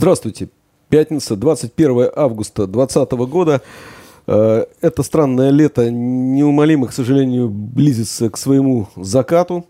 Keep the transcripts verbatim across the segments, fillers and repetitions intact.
Здравствуйте. Пятница, двадцать первое августа двадцатого года. Это странное лето неумолимо, к сожалению, близится к своему закату.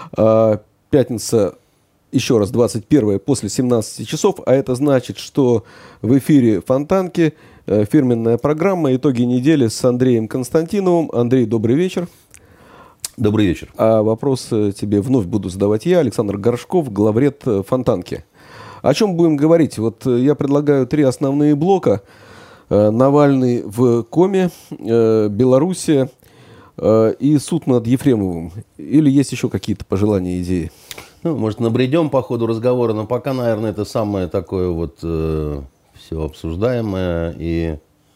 Пятница, еще раз, двадцать первое после семнадцати часов, а это значит, что в эфире Фонтанки фирменная программа «Итоги недели» с Андреем Константиновым. Андрей, добрый вечер. Добрый вечер. А вопрос тебе вновь буду задавать я, Александр Горшков, главред Фонтанки. О чем будем говорить? Вот я предлагаю три основные блока. Навальный в коме, Белоруссия и суд над Ефремовым. Или есть еще какие-то пожелания, идеи? Ну, может, набредем по ходу разговора, но пока, наверное, это самое такое вот э, все обсуждаемое. И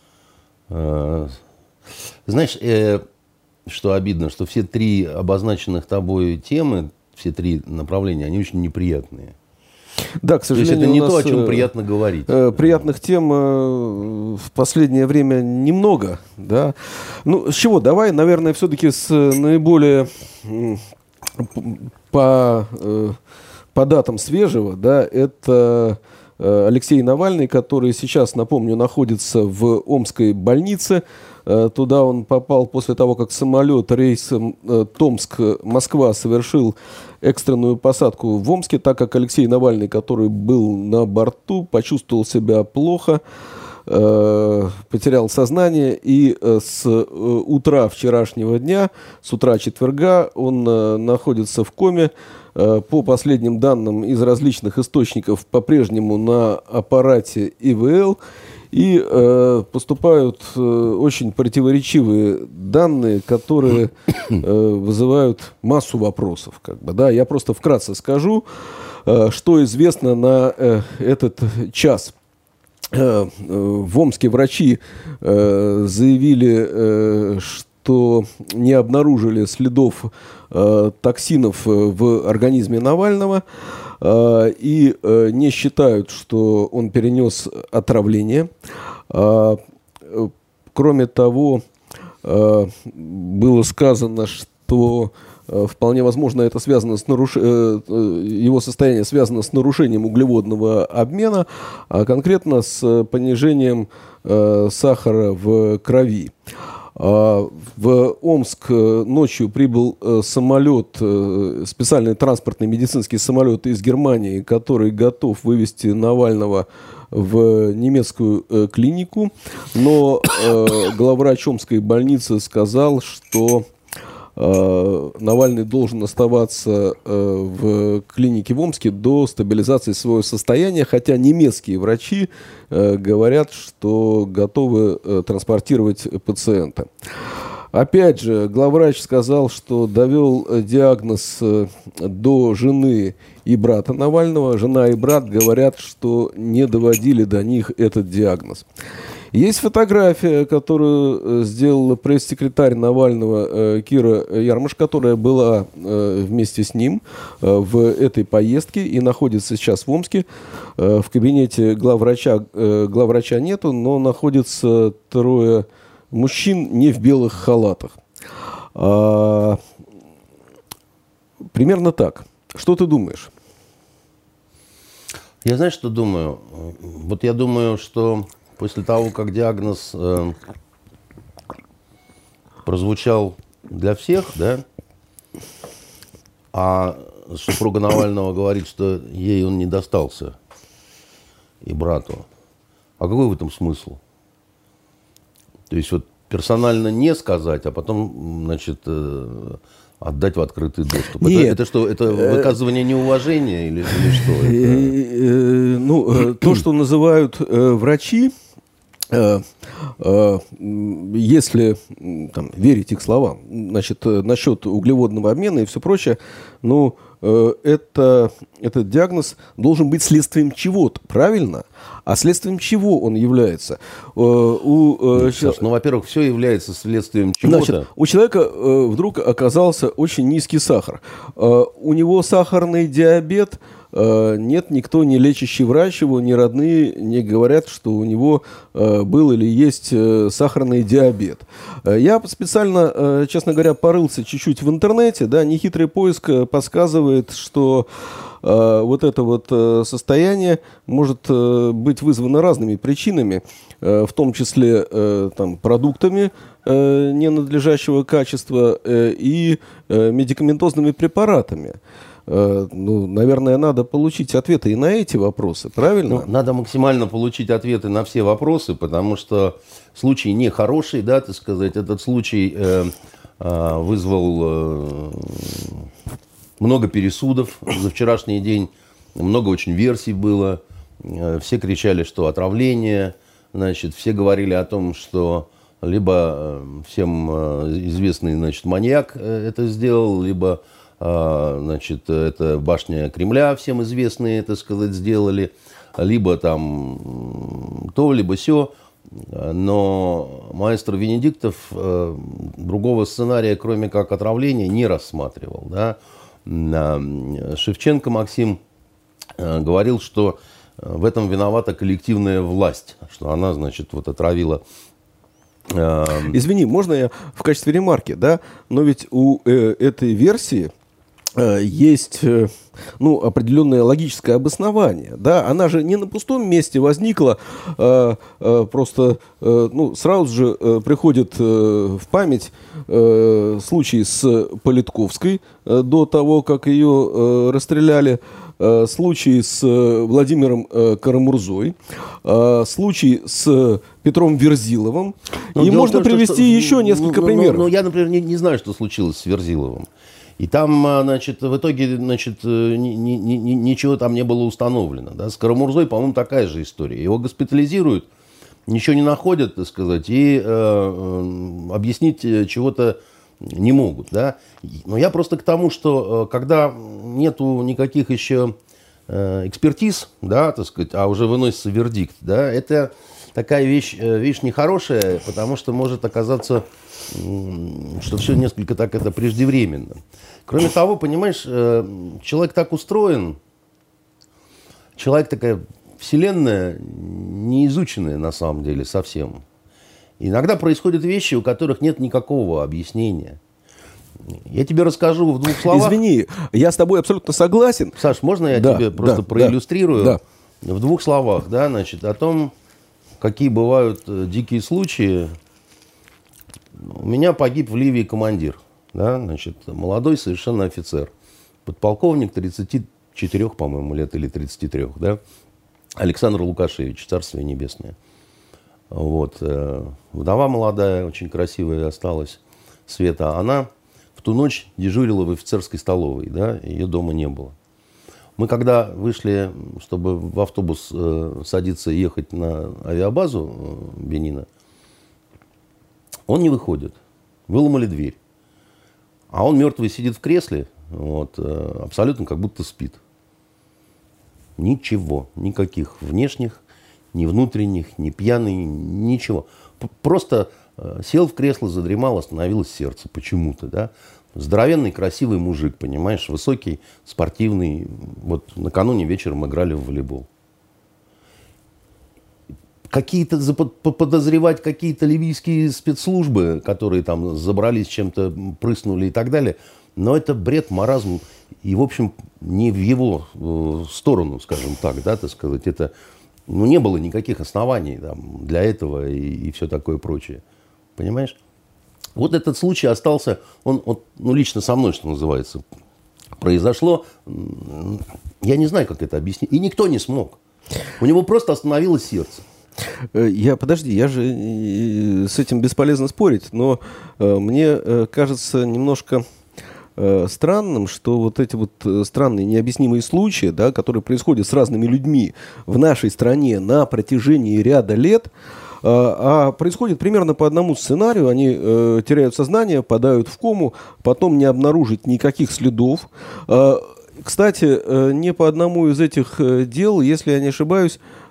э, знаешь, э, что обидно, что все три обозначенных тобой темы, все три направления, они очень неприятные. Да, к сожалению, то есть это не у нас, то, о чем приятно говорить. Э, приятных тем э, в последнее время немного. Да? Ну, с чего? Давай, наверное, все-таки с наиболее э, по, э, по датам свежего. Да, это э, Алексей Навальный, который сейчас, напомню, находится в Омской больнице. Э, туда он попал после того, как самолет рейсом э, Томск-Москва совершил экстренную посадку в Омске, так как Алексей Навальный, который был на борту, почувствовал себя плохо, э, потерял сознание, и э, с э, утра вчерашнего дня, с утра четверга, он э, находится в коме. Э, по последним данным из различных источников, по-прежнему на аппарате И В Л. И э, поступают э, очень противоречивые данные, которые э, вызывают массу вопросов. Как бы, да. Я просто вкратце скажу, э, что известно на э, этот час. Э, э, в Омске врачи э, заявили, э, что не обнаружили следов э, токсинов в организме Навального. И не считают, что он перенес отравление. Кроме того, было сказано, что вполне возможно это связано с наруш... его состояние связано с нарушением углеводного обмена, а конкретно с понижением сахара в крови. В Омск ночью прибыл самолет, специальный транспортный медицинский самолет из Германии, который готов вывести Навального в немецкую клинику. Но главврач Омской больницы сказал, что Навальный должен оставаться в клинике в Омске до стабилизации своего состояния, хотя немецкие врачи говорят, что готовы транспортировать пациента. Опять же, главврач сказал, что довел диагноз до жены и брата Навального. Жена и брат говорят, что не доводили до них этот диагноз. Есть фотография, которую сделала пресс-секретарь Навального Кира Ярмаш, которая была вместе с ним в этой поездке и находится сейчас в Омске. В кабинете главврача, главврача нету, но находится трое мужчин не в белых халатах. А, примерно так. Что ты думаешь? Я знаешь, что думаю? Вот я думаю, что после того, как диагноз э, прозвучал для всех, да, а супруга Навального говорит, что ей он не достался, и брату. А какой в этом смысл? То есть вот персонально не сказать, а потом, значит, э, отдать в открытый доступ. Это, это что, это выказывание неуважения или, или что? Это... Ну, то, что называют врачи, если там, верить их словам, значит, насчет углеводного обмена и все прочее, ну, это, этот диагноз должен быть следствием чего-то, правильно? А следствием чего он является? У, ну, Саш, ну, во-первых, все является следствием чего-то. Значит, у человека вдруг оказался очень низкий сахар. У него сахарный диабет, нет никто, ни лечащий врач его, ни родные не говорят, что у него был или есть сахарный диабет. Я специально, честно говоря, порылся чуть-чуть в интернете, да, нехитрый поиск подсказывает, что вот это вот состояние может быть вызвано разными причинами, в том числе там, продуктами ненадлежащего качества и медикаментозными препаратами. Ну, наверное, надо получить ответы и на эти вопросы, правильно? Ну, надо максимально получить ответы на все вопросы, потому что случай нехороший, да, так сказать. Этот случай э, э, вызвал э, много пересудов за вчерашний день, много очень версий было. Э, все кричали, что отравление, значит, все говорили о том, что либо всем известный, значит, маньяк это сделал, либо, значит, это башня Кремля, всем известные, так сказать, сделали, либо там то, либо сё. Но маэстро Венедиктов другого сценария, кроме как отравления, не рассматривал. Да? Шевченко Максим говорил, что в этом виновата коллективная власть, что она, значит, вот отравила. Извини, можно я в качестве ремарки, да? Но ведь у э, этой версии э, есть э, ну, определенное логическое обоснование, да? Она же не на пустом месте возникла, э, э, просто э, ну, сразу же э, приходит э, в память э, случай с Политковской э, до того, как ее э, расстреляли. Случай с Владимиром Карамурзой, случай с Петром Верзиловым. Но и можно том, привести что, еще несколько ну, примеров. Ну, ну, я, например, не, не знаю, что случилось с Верзиловым. И там, значит, в итоге, значит, ни, ни, ни, ничего там не было установлено. Да? С Карамурзой, по-моему, такая же история. Его госпитализируют, ничего не находят, так сказать, и э, объяснить чего-то не могут, да. Но я просто к тому, что когда нету никаких еще экспертиз, да, так сказать, а уже выносится вердикт, да, это такая вещь, вещь нехорошая, потому что может оказаться, что все несколько так это преждевременно. Кроме того, понимаешь, человек так устроен, человек такая вселенная, не изученная на самом деле совсем. Иногда происходят вещи, у которых нет никакого объяснения. Я тебе расскажу в двух словах. Извини, я с тобой абсолютно согласен. Саш, можно я да, тебе просто да, проиллюстрирую да. в двух словах, да, значит, о том, какие бывают дикие случаи. У меня погиб в Ливии командир, да, значит, молодой совершенно офицер, подполковник тридцати четырёх, по-моему, лет или тридцати трёх, да, Александр Лукашевич, царствие небесное. Вот. Вдова молодая, очень красивая осталась, Света. Она в ту ночь дежурила в офицерской столовой, да, ее дома не было. Мы когда вышли, чтобы в автобус э, садиться и ехать на авиабазу э, Бенина, он не выходит. Выломали дверь. А он мертвый сидит в кресле, вот, э, абсолютно как будто спит. Ничего, никаких внешних, ни внутренних, ни пьяный, ничего. Просто э, сел в кресло, задремал, остановилось сердце почему-то, да. Здоровенный, красивый мужик, понимаешь, высокий, спортивный. Вот накануне вечером играли в волейбол. Какие-то, подозревать какие-то ливийские спецслужбы, которые там забрались чем-то, прыснули и так далее. Но это бред, маразм. И, в общем, не в его э, сторону, скажем так, да, так сказать. Это, ну, не было никаких оснований там, для этого и, и все такое прочее. Понимаешь? Вот этот случай остался, он, он ну, лично со мной, что называется, произошло. Я не знаю, как это объяснить. И никто не смог. У него просто остановилось сердце. Я, подожди, я же с этим бесполезно спорить, но мне кажется немножко странным, что вот эти вот странные необъяснимые случаи, да, которые происходят с разными людьми в нашей стране на протяжении ряда лет, а происходит примерно по одному сценарию. Они э, теряют сознание, падают в кому, потом не обнаружить никаких следов. Э, кстати, э, не по одному из этих э, дел, если я не ошибаюсь,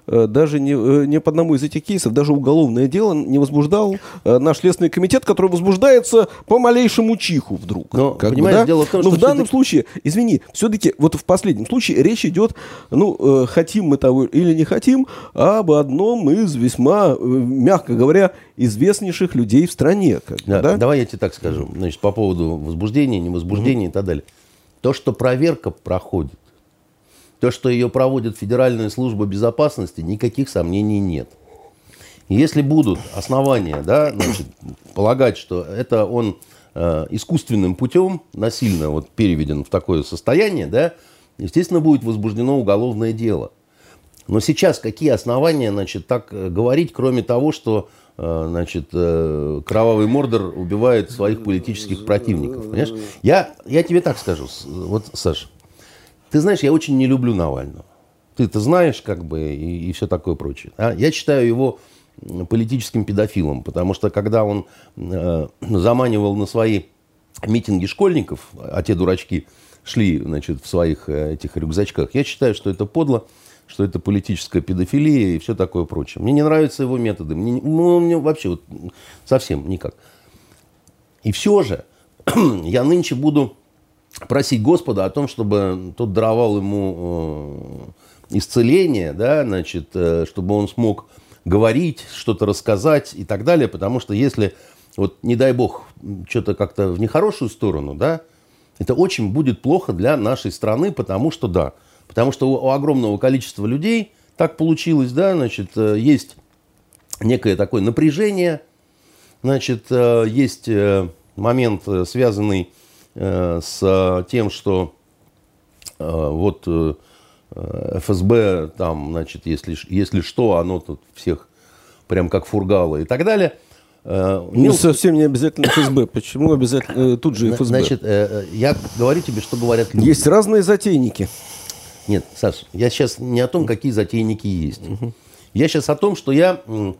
даже не, не по одному из этих кейсов, даже уголовное дело не возбуждал наш Следственный комитет, который возбуждается по малейшему чиху вдруг. Но, как понимаешь, бы, да? дело в том, Но что в данном все-таки... случае, извини, все-таки вот в последнем случае речь идет, ну, хотим мы того или не хотим, об одном из весьма, мягко говоря, известнейших людей в стране. Как бы, да, да? Давай я тебе так скажу. Значит, по поводу возбуждения, невозбуждения mm-hmm. и так далее. То, что проверка проходит, то, что ее проводит Федеральная служба безопасности, никаких сомнений нет. И если будут основания, да, значит, полагать, что это он э, искусственным путем насильно вот, переведен в такое состояние, да, естественно, будет возбуждено уголовное дело. Но сейчас какие основания, значит, так говорить, кроме того, что э, значит, э, кровавый Мордор убивает своих политических противников, понимаешь? Я, я тебе так скажу, вот, Саш, ты знаешь, я очень не люблю Навального. Ты это знаешь, как бы, и, и все такое прочее. А? Я считаю его политическим педофилом, потому что когда он э, заманивал на свои митинги школьников, а те дурачки шли, значит, в своих э, этих рюкзачках, я считаю, что это подло, что это политическая педофилия и все такое прочее. Мне не нравятся его методы. Мне, ну, мне вообще вот, совсем никак. И все же я нынче буду просить Господа о том, чтобы тот даровал ему э, исцеление, да, значит, э, чтобы он смог говорить, что-то рассказать и так далее. Потому что если, вот, не дай бог, что-то как-то в нехорошую сторону, да, это очень будет плохо для нашей страны, потому что, да, потому что у, у огромного количества людей так получилось, да, значит, э, есть некое такое напряжение, значит, э, есть э, момент, э, связанный с тем, что э, вот э, эф эс бэ, там, значит, если, если что, оно тут всех прям как фургало и так далее. Э, не Мил... совсем не обязательно эф эс бэ. Почему обязательно э, тут же эф эс бэ? Значит, э, я говорю тебе, что говорят люди. Есть разные затейники. Нет, Саш, я сейчас не о том, какие затейники есть. Угу. Я сейчас о том, что я м-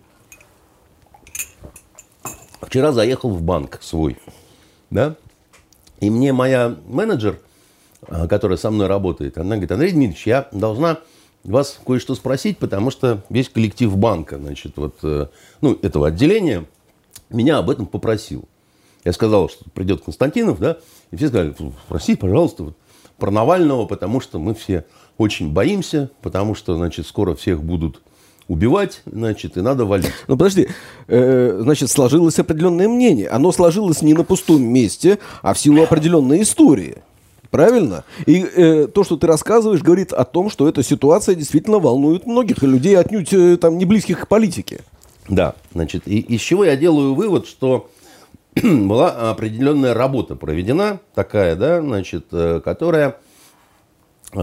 вчера заехал в банк свой, да? И мне моя менеджер, которая со мной работает, она говорит: Андрей Дмитриевич, я должна вас кое-что спросить, потому что весь коллектив банка, значит, вот, ну, этого отделения меня об этом попросил. Я сказал, что придет Константинов, да, и все сказали: спроси, пожалуйста, вот, про Навального, потому что мы все очень боимся, потому что, значит, скоро всех будут убивать, значит, и надо валить. Ну, подожди, э, значит, сложилось определенное мнение. Оно сложилось не на пустом месте, а в силу определенной истории. Правильно? И э, то, что ты рассказываешь, говорит о том, что эта ситуация действительно волнует многих людей, отнюдь э, там, не близких к политике. Да, значит, и, из чего я делаю вывод, что была определенная работа проведена, такая, да, значит, э, которая э,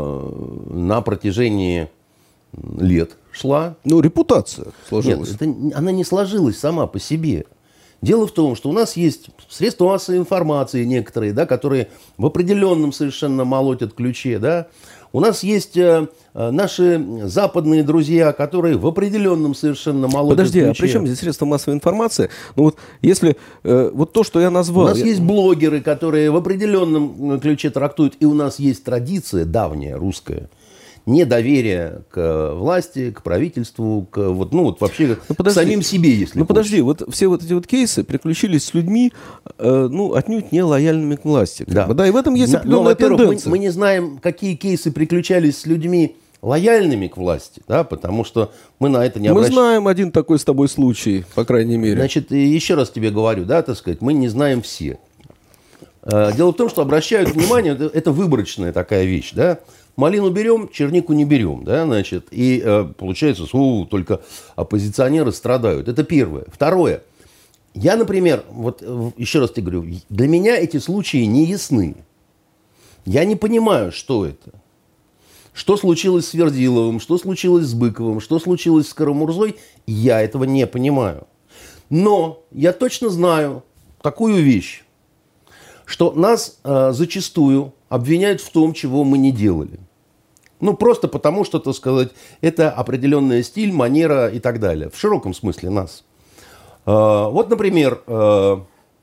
на протяжении лет шла. Ну, репутация сложилась. Нет, это, она не сложилась сама по себе. Дело в том, что у нас есть средства массовой информации некоторые, да, которые в определенном совершенно молотят ключе. Да. У нас есть э, наши западные друзья, которые в определенном совершенно молотят Подожди, ключе. Подожди, а при чем здесь средства массовой информации? Ну вот если э, вот то, что я назвал... У нас я... есть блогеры, которые в определенном ключе трактуют. И у нас есть традиция давняя, русская. Недоверие к власти, к правительству, к, вот, ну, вот вообще ну, к самим себе, если Ну, хочешь. Подожди, вот все вот эти вот кейсы приключились с людьми, э, ну, отнюдь не лояльными к власти. Да. Бы, да, и в этом есть определенная Но, во-первых, тенденция. Мы, мы не знаем, какие кейсы приключались с людьми лояльными к власти, да, потому что мы на это не обращаем. Мы знаем один такой с тобой случай, по крайней мере. Значит, еще раз тебе говорю, да, так сказать, мы не знаем все. Дело в том, что обращают внимание, это выборочная такая вещь, да. Малину берем, чернику не берем, да, значит, и э, получается, что только оппозиционеры страдают. Это первое. Второе. Я, например, вот еще раз тебе говорю, для меня эти случаи не ясны. Я не понимаю, что это. Что случилось с Вердиловым, что случилось с Быковым, что случилось с Карамурзой, я этого не понимаю. Но я точно знаю такую вещь, что нас э, зачастую обвиняют в том, чего мы не делали. Ну, просто потому, что, так сказать, это определенный стиль, манера и так далее. В широком смысле нас. Э, вот, например, э,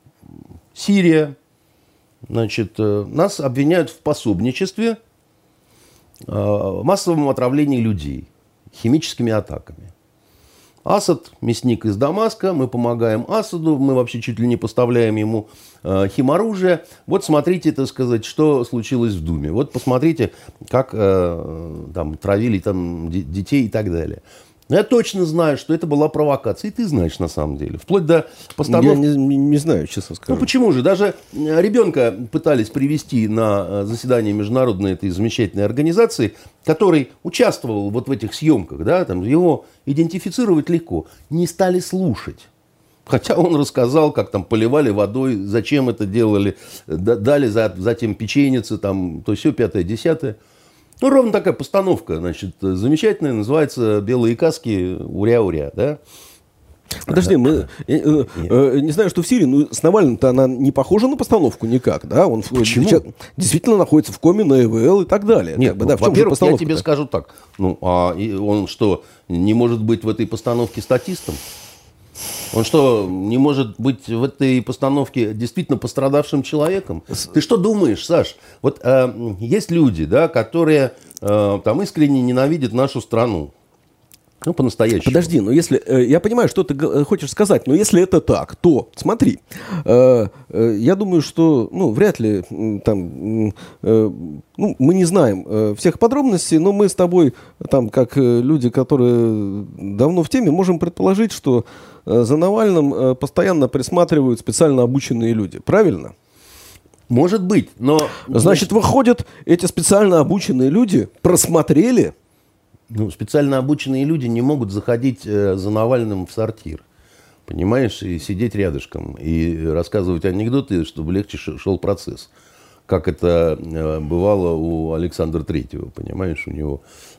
Сирия. Значит, э, нас обвиняют в пособничестве, э, массовом отравлении людей. химическими атаками. Асад, мясник из Дамаска, мы помогаем Асаду, мы вообще чуть ли не поставляем ему э, химоружие. Вот смотрите, так сказать, что случилось в Думе. Вот посмотрите, как э, там травили там, детей и так далее. Я точно знаю, что это была провокация. И ты знаешь, на самом деле. Вплоть до постановки... Я не, не знаю, честно скажу. Ну, почему же? Даже ребенка пытались привести на заседание международной этой замечательной организации, который участвовал вот в этих съемках, да, там, его идентифицировать легко. Не стали слушать. Хотя он рассказал, как там поливали водой, зачем это делали, дали затем печеницы, там, то все, пятое, десятое. Ну, ровно такая постановка, значит, замечательная, называется «Белые каски, уря-уря», да? Подожди, мы э, э, не знаю, что в Сирии, но с Навальным-то она не похожа на постановку никак, да? Он Почему? Сейчас действительно находится в коме, на ИВЛ и так далее. Нет, как бы, да, ну, во-первых, я тебе скажу так, ну, а он что, не может быть в этой постановке статистом? Он что, не может быть в этой постановке действительно пострадавшим человеком? Ты что думаешь, Саш? Вот э, есть люди, да, которые э, там искренне ненавидят нашу страну. Ну, по-настоящему. Подожди, но если... Э, я понимаю, что ты г- хочешь сказать, но если это так, то, смотри, э, э, я думаю, что, ну, вряд ли э, там... Э, ну, мы не знаем э, всех подробностей, но мы с тобой, там, как э, люди, которые давно в теме, можем предположить, что э, за Навальным э, постоянно присматривают специально обученные люди. Правильно? Может быть, но... Значит, выходят, эти специально обученные люди просмотрели... Ну, специально обученные люди не могут заходить э, за Навальным в сортир, понимаешь, и сидеть рядышком, и рассказывать анекдоты, чтобы легче шел процесс. Как это э, бывало у Александра Третьего, понимаешь, у него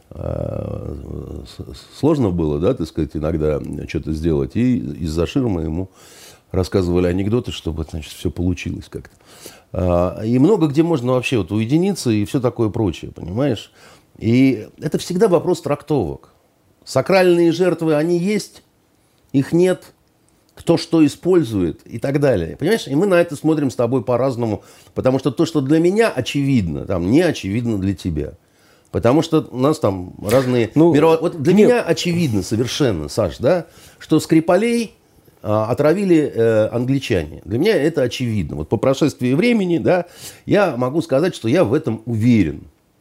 э, сложно было, да, так сказать, иногда что-то сделать, и из-за ширмы ему рассказывали анекдоты, чтобы, значит, все получилось как-то. И много где можно вообще вот уединиться и все такое прочее, понимаешь. И это всегда вопрос трактовок. Сакральные жертвы, они есть, их нет, кто что использует и так далее. Понимаешь? И мы на это смотрим с тобой по-разному, потому что то, что для меня очевидно, там, не очевидно для тебя. Потому что у нас там разные... Ну, мирово... Вот для нет. меня очевидно совершенно, Саш, да, что Скрипалей а, отравили э, англичане. Для меня это очевидно. Вот по прошествии времени, да, я могу сказать, что я в этом уверен.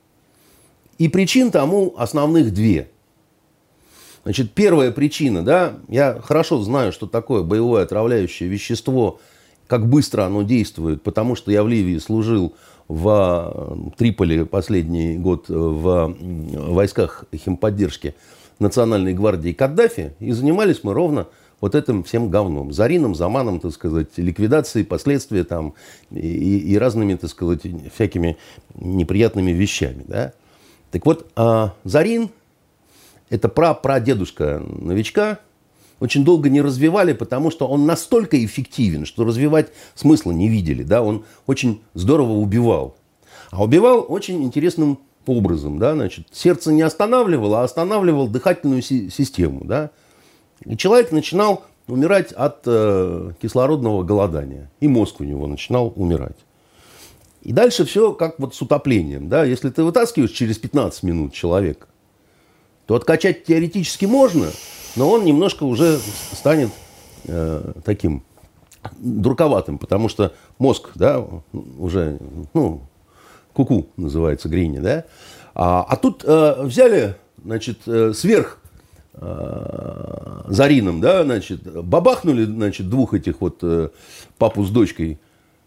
И причин тому основных две. Значит, первая причина, да, я хорошо знаю, что такое боевое отравляющее вещество, как быстро оно действует, потому что я в Ливии служил в Триполи последний год в войсках химподдержки Национальной гвардии Каддафи, и занимались мы ровно вот этим всем говном. Зарином, заманом, так сказать, ликвидацией, последствия там и, и разными, так сказать, всякими неприятными вещами, да. Так вот, Зарин, это пра-прадедушка новичка, очень долго не развивали, потому что он настолько эффективен, что развивать смысла не видели. Да? Он очень здорово убивал. А убивал очень интересным образом. Да? Значит, сердце не останавливало, а останавливал дыхательную си- систему. Да? И человек начинал умирать от э, кислородного голодания. И мозг у него начинал умирать. И дальше все как вот с утоплением. Да? Если ты вытаскиваешь через пятнадцать минут человека, то откачать теоретически можно, но он немножко уже станет э, таким дурковатым, потому что мозг, да, уже, ну, ку-ку называется, гриня, да. А, а тут э, взяли, значит, э, сверх э, Зарином, да, значит, бабахнули, значит, двух этих вот э, папу с дочкой.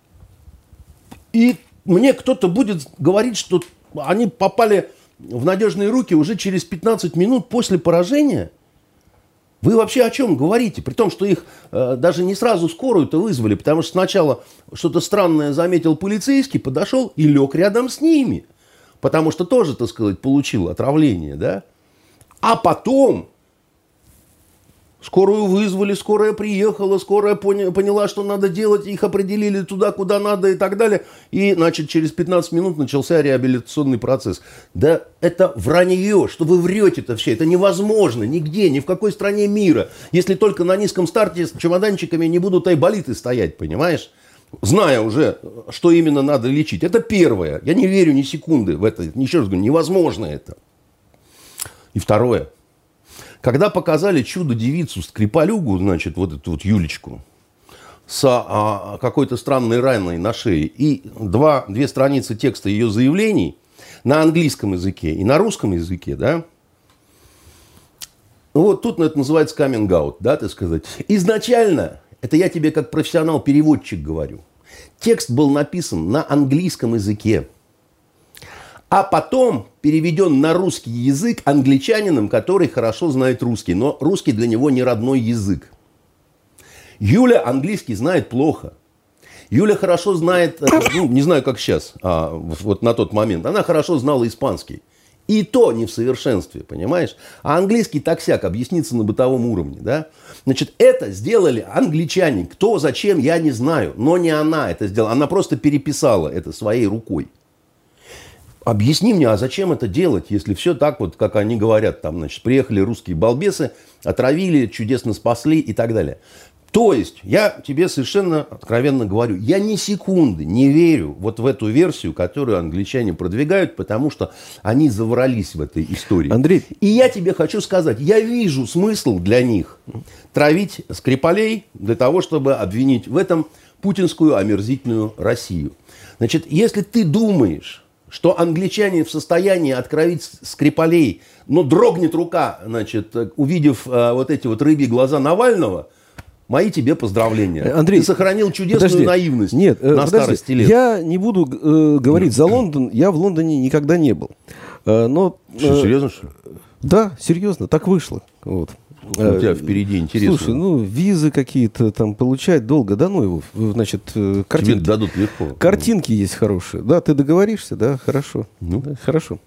И мне кто-то будет говорить, что они попали в надежные руки уже через пятнадцать минут после поражения. Вы вообще о чем говорите? При том, что их э, даже не сразу скорую-то вызвали, потому что сначала что-то странное заметил полицейский, подошел и лег рядом с ними. Потому что тоже, так сказать, получил отравление, да? А потом скорую вызвали, скорая приехала, скорая поняла, что надо делать, их определили туда, куда надо и так далее. И, значит, через пятнадцать минут начался реабилитационный процесс. Да это вранье, что вы врете-то все. Это невозможно нигде, ни в какой стране мира. Если только на низком старте с чемоданчиками не будут айболиты стоять, понимаешь? Зная уже, что именно надо лечить. Это первое. Я не верю ни секунды в это. Еще раз говорю, невозможно это. И второе. Когда показали чудо-девицу Скрипалюгу, значит, вот эту вот Юлечку, с а, какой-то странной раной на шее, и два, две страницы текста ее заявлений на английском языке и на русском языке, да, ну вот тут ну, это называется coming out, да, так сказать. Изначально, это я тебе как профессионал-переводчик говорю, текст был написан на английском языке, а потом переведен на русский язык англичанином, который хорошо знает русский, но русский для него не родной язык. Юля английский знает плохо. Юля хорошо знает, ну, не знаю, как сейчас, а вот на тот момент, она хорошо знала испанский. И то не в совершенстве, понимаешь? А английский так-сяк объяснится на бытовом уровне, да? Значит, это сделали англичане. Кто, зачем, я не знаю. Но не она это сделала. Она просто переписала это своей рукой. Объясни мне, а зачем это делать, если все так вот, как они говорят, там, значит, приехали русские балбесы, отравили, чудесно спасли и так далее. То есть, я тебе совершенно откровенно говорю, я ни секунды не верю вот в эту версию, которую англичане продвигают, потому что они заврались в этой истории. Андрей. И я тебе хочу сказать, я вижу смысл для них травить Скрипалей для того, чтобы обвинить в этом путинскую омерзительную Россию. Значит, если ты думаешь, что англичане в состоянии откровить Скрипалей, но дрогнет рука, значит, увидев а, вот эти вот рыбьи глаза Навального, мои тебе поздравления. Андрей, ты сохранил чудесную подожди. наивность Нет, на подожди. старости лет. Я не буду э, говорить за Лондон, я в Лондоне никогда не был. Э, но, э, Что, серьезно, что ли? Да, серьезно, так вышло. Вот. Что у тебя впереди интересно? Слушай, ну, визы какие-то там получать долго, да ну его, значит, картинки. Тебе дадут легко. Картинки есть хорошие. Да, ты договоришься, да, хорошо. Ну. Да, хорошо.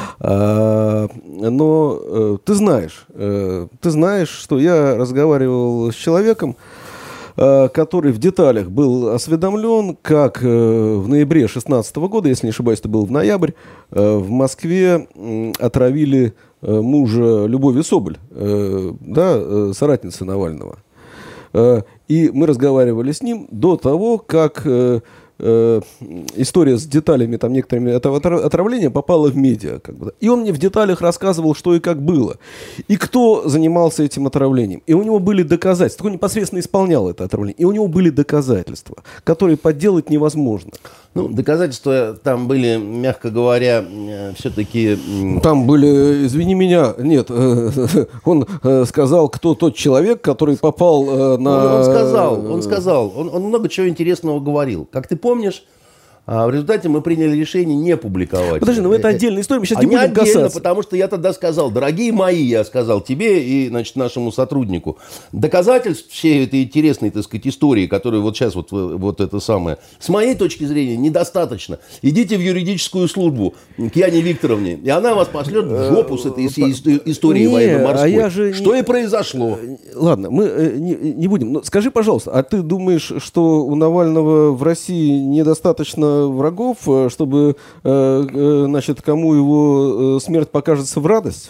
А, но э, ты знаешь, э, ты знаешь, что я разговаривал с человеком, э, который в деталях был осведомлен, как э, в ноябре две тысячи шестнадцатого года, если не ошибаюсь, это был в ноябрь, э, в Москве э, отравили мужа Любови Соболь, э, да, э, соратницы Навального. Э, и мы разговаривали с ним до того, как э, э, история с деталями там, некоторыми этого отравления попала в медиа. Как бы, да. И он мне в деталях рассказывал, что и как было. И кто занимался этим отравлением. И у него были доказательства. Кто непосредственно исполнял это отравление. И у него были доказательства, которые подделать невозможно. Ну, доказательства там были, мягко говоря, все-таки... Там были, извини меня, нет, он сказал, кто тот человек, который попал на... Он, он сказал, он сказал, он, он много чего интересного говорил. Как ты помнишь, в результате мы приняли решение не публиковать. Подожди, ну это отдельная история, мы сейчас а не будем отдельно, касаться. Потому что я тогда сказал, дорогие мои, я сказал тебе и, значит, нашему сотруднику, доказательств всей этой интересной, так сказать, истории, которая вот сейчас вот, вот это самое, с моей точки зрения, недостаточно. Идите в юридическую службу к Яне Викторовне, и она вас пошлет в жопу с этой всей историей военно-морской. А я же что не... и произошло. Ладно, мы не, не будем. Но скажи, пожалуйста, а ты думаешь, что у Навального в России недостаточно врагов, чтобы, значит, кому его смерть покажется в радость?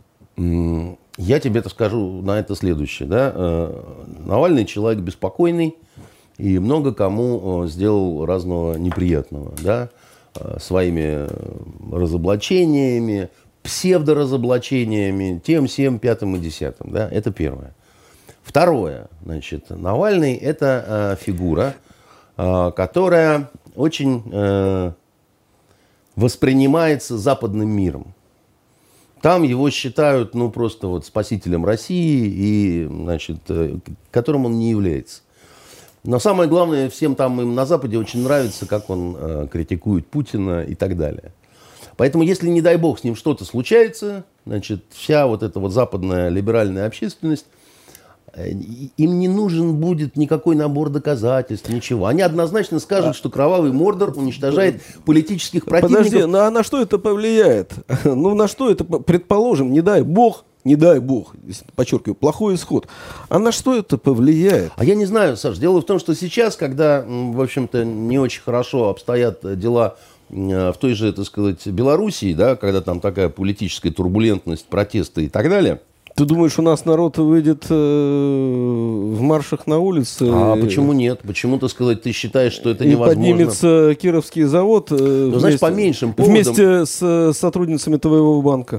Я тебе это скажу на это следующее. Да? Навальный человек беспокойный и много кому сделал разного неприятного. Да? Своими разоблачениями, псевдоразоблачениями, тем, всем, пятым и десятым. Да? Это первое. Второе. Значит, Навальный – это фигура, которая очень э, воспринимается западным миром. Там его считают, ну, просто вот спасителем России, и, значит, э, которым он не является. Но самое главное, всем там им на Западе очень нравится, как он э, критикует Путина и так далее. Поэтому, если, не дай бог, с ним что-то случается, значит, вся вот эта вот западная либеральная общественность, им не нужен будет никакой набор доказательств, ничего. Они однозначно скажут, что кровавый Мордор уничтожает политических противников. Подожди, ну а на что это повлияет? Ну на что это, предположим, не дай бог, не дай бог, подчеркиваю, плохой исход. А на что это повлияет? А я не знаю, Саш. Дело в том, что сейчас, когда, в общем-то, не очень хорошо обстоят дела в той же, так сказать, Белоруссии, да, когда там такая политическая турбулентность, протесты и так далее. Ты думаешь, у нас народ выйдет э, в маршах на улице? А почему нет? Почему, так сказать, ты считаешь, что это и невозможно? Поднимется Кировский завод э, ну, вместе, знаешь, по меньшим поводам... вместе с сотрудницами твоего банка?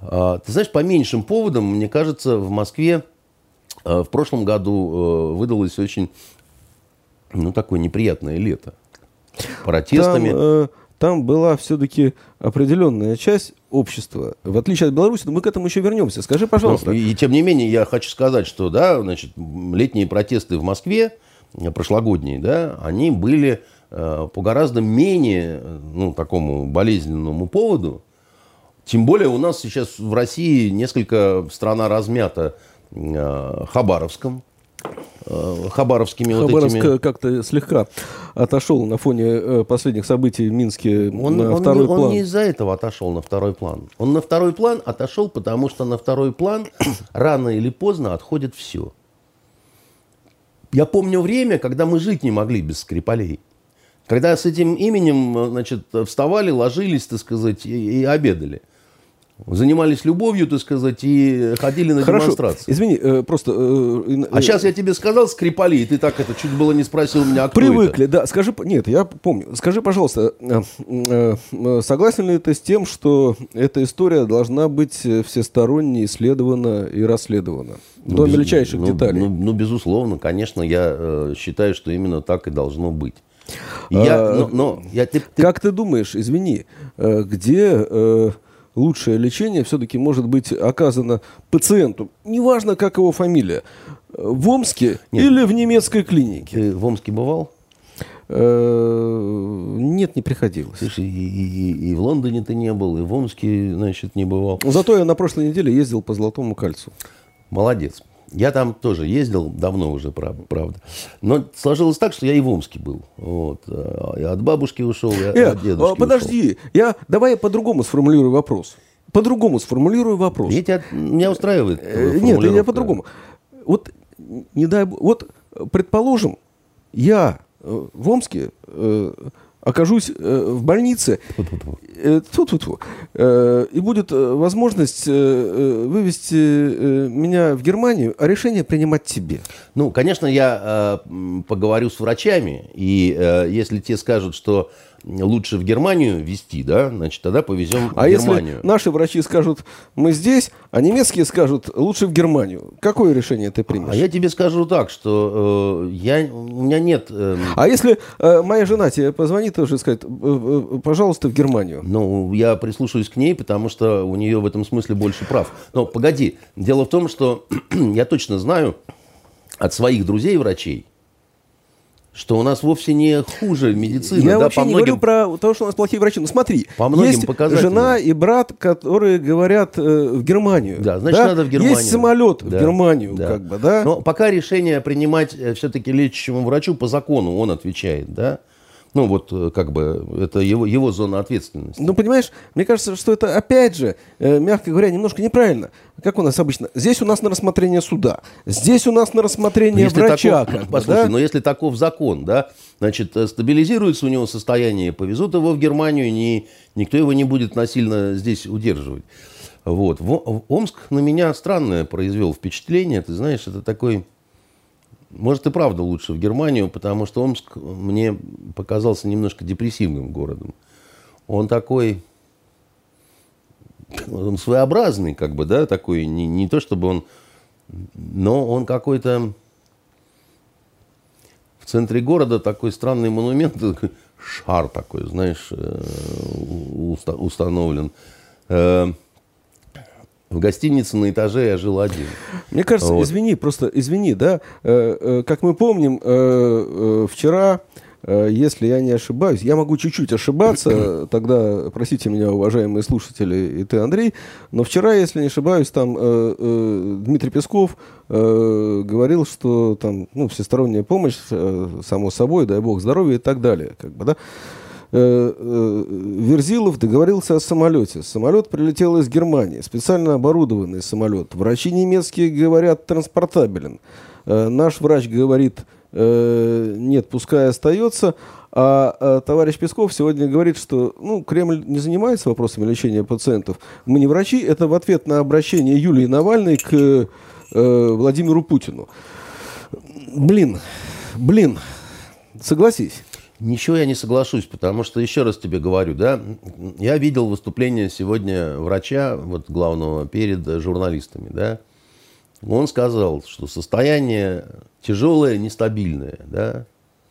А, ты знаешь, по меньшим поводам, мне кажется, в Москве а, в прошлом году а, выдалось очень, ну, такое неприятное лето. Протестами. Там, э, там была все-таки определенная часть общества, в отличие от Беларуси, но мы к этому еще вернемся. Скажи, пожалуйста. Ну, и, и тем не менее, я хочу сказать, что, да, значит, летние протесты в Москве, прошлогодние, да, они были э, по гораздо менее, ну, такому болезненному поводу. Тем более у нас сейчас в России несколько страна размята э, Хабаровском. Э, хабаровскими Хабаровск вот этими... как-то слегка отошел на фоне э, последних событий в Минске он, на он второй не, план. Он не из-за этого отошел на второй план. Он на второй план отошел, потому что на второй план рано или поздно отходит все. Я помню время, когда мы жить не могли без Скрипалей. Когда с этим именем, значит, вставали, ложились, так сказать, и, и обедали. Занимались любовью, так сказать, и ходили на Хорошо. демонстрации. Извини, э, просто... Э, а э, сейчас я тебе сказал Скрипали, и ты так это чуть было не спросил меня, а кто привыкли, это? да. Скажи, нет, я помню. Скажи, пожалуйста, э, э, согласен ли ты с тем, что эта история должна быть всесторонне исследована и расследована? Ну, до без, мельчайших ну, деталей. Ну, ну, безусловно, конечно, я э, считаю, что именно так и должно быть. Я, а, но, но, я, ты, ты... Как ты думаешь, извини, э, где... Э, лучшее лечение все-таки может быть оказано пациенту, неважно, как его фамилия, в Омске Нет. или в немецкой клинике. Ты в Омске бывал? Нет, не приходилось. Слушай, и, и, и в Лондоне ты не был, и в Омске, значит, не бывал. Зато я на прошлой неделе ездил по Золотому кольцу. Молодец. Я там тоже ездил, давно уже, правда. Но сложилось так, что я и в Омске был. Вот. Я от бабушки ушел, я э, от дедушки подожди, ушел. Я, давай я по-другому сформулирую вопрос. По-другому сформулирую вопрос. Я тебя, меня устраивает э, Нет, я по-другому. Вот, не дай, вот, предположим, я в Омске э, окажусь э, в больнице, э, тьфу-тьфу-тьфу, э, и будет возможность э, вывести э, меня в Германию, а решение принимать тебе. Ну, конечно, я э, поговорю с врачами, и э, если те скажут, что лучше в Германию везти, да, значит, тогда повезем а в Германию. Если наши врачи скажут, мы здесь, а немецкие скажут, лучше в Германию, какое решение ты примешь? А я тебе скажу так, что э, я, у меня нет... Э, а если э, моя жена тебе позвонит тоже и скажет, э, пожалуйста, в Германию? Ну, я прислушаюсь к ней, потому что у нее в этом смысле больше прав. Но погоди, дело в том, что я точно знаю от своих друзей-врачей, что у нас вовсе не хуже медицина. Я да, вообще по не многим... говорю про то, что у нас плохие врачи. Ну смотри, по многим есть показателям. жена и брат, которые говорят э, в Германию. Да, значит, да? надо в Германию. Есть самолет да, в Германию, да. как бы, да? Но пока решение принимать все-таки лечащему врачу по закону, он отвечает, да? Ну, вот, как бы, это его, его зона ответственности. Ну, понимаешь, мне кажется, что это, опять же, э, мягко говоря, немножко неправильно. Как у нас обычно? Здесь у нас на рассмотрение суда. Здесь у нас на рассмотрение если врача. Таков, как послушай, бы, да? но если таков закон, да, значит, стабилизируется у него состояние, повезут его в Германию, ни, никто его не будет насильно здесь удерживать. Вот. В, Омск на меня странное произвел впечатление. Ты знаешь, это такой... Может, и правда лучше в Германию, потому что Омск мне показался немножко депрессивным городом. Он такой... Он своеобразный, как бы, да, такой, не, не то чтобы он... Но он какой-то... В центре города такой странный монумент, такой шар такой, знаешь, установлен. В гостинице на этаже я жил один. Мне кажется, вот. извини, просто извини, да, э, э, как мы помним, э, э, вчера, э, если я не ошибаюсь, я могу чуть-чуть ошибаться, тогда простите меня, уважаемые слушатели, и ты, Андрей, но вчера, если не ошибаюсь, там э, э, Дмитрий Песков э, говорил, что там, ну, всесторонняя помощь, э, само собой, дай бог здоровья и так далее, как бы, да. Верзилов договорился о самолете. Самолет прилетел из Германии. Специально оборудованный самолет. Врачи немецкие говорят, транспортабелен. Наш врач говорит, нет, пускай остается. А товарищ Песков сегодня говорит, что ну, Кремль не занимается вопросами лечения пациентов. Мы не врачи. Это в ответ на обращение Юлии Навальной к Владимиру Путину. Блин, блин, согласись. Ничего я не соглашусь, потому что, еще раз тебе говорю, да, я видел выступление сегодня врача, вот главного, перед журналистами, да. Он сказал, что состояние тяжелое, нестабильное, да.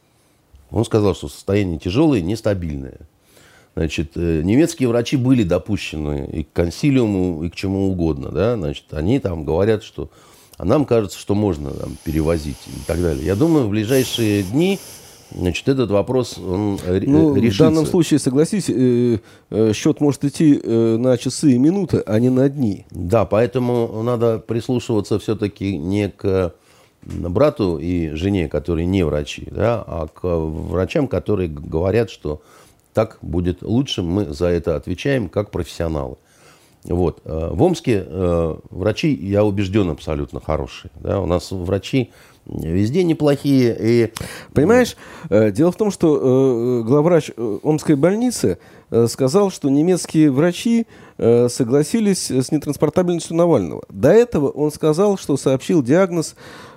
Он сказал, что состояние тяжелое, нестабильное. Значит, немецкие врачи были допущены и к консилиуму, и к чему угодно, да. Значит, они там говорят, что... А нам кажется, что можно там перевозить и так далее. Я думаю, в ближайшие дни... Значит, этот вопрос, он ну, решится. В данном случае, согласись, э, э, счет может идти э, на часы и минуты, а не на дни. Да, поэтому надо прислушиваться все-таки не к брату и жене, которые не врачи, да, а к врачам, которые говорят, что так будет лучше, мы за это отвечаем как профессионалы. Вот. В Омске э, врачи, я убежден, абсолютно хорошие. Да? У нас врачи везде неплохие. И... Понимаешь, э, дело в том, что э, главврач Омской больницы э, сказал, что немецкие врачи э, согласились с нетранспортабельностью Навального. До этого он сказал, что сообщил диагноз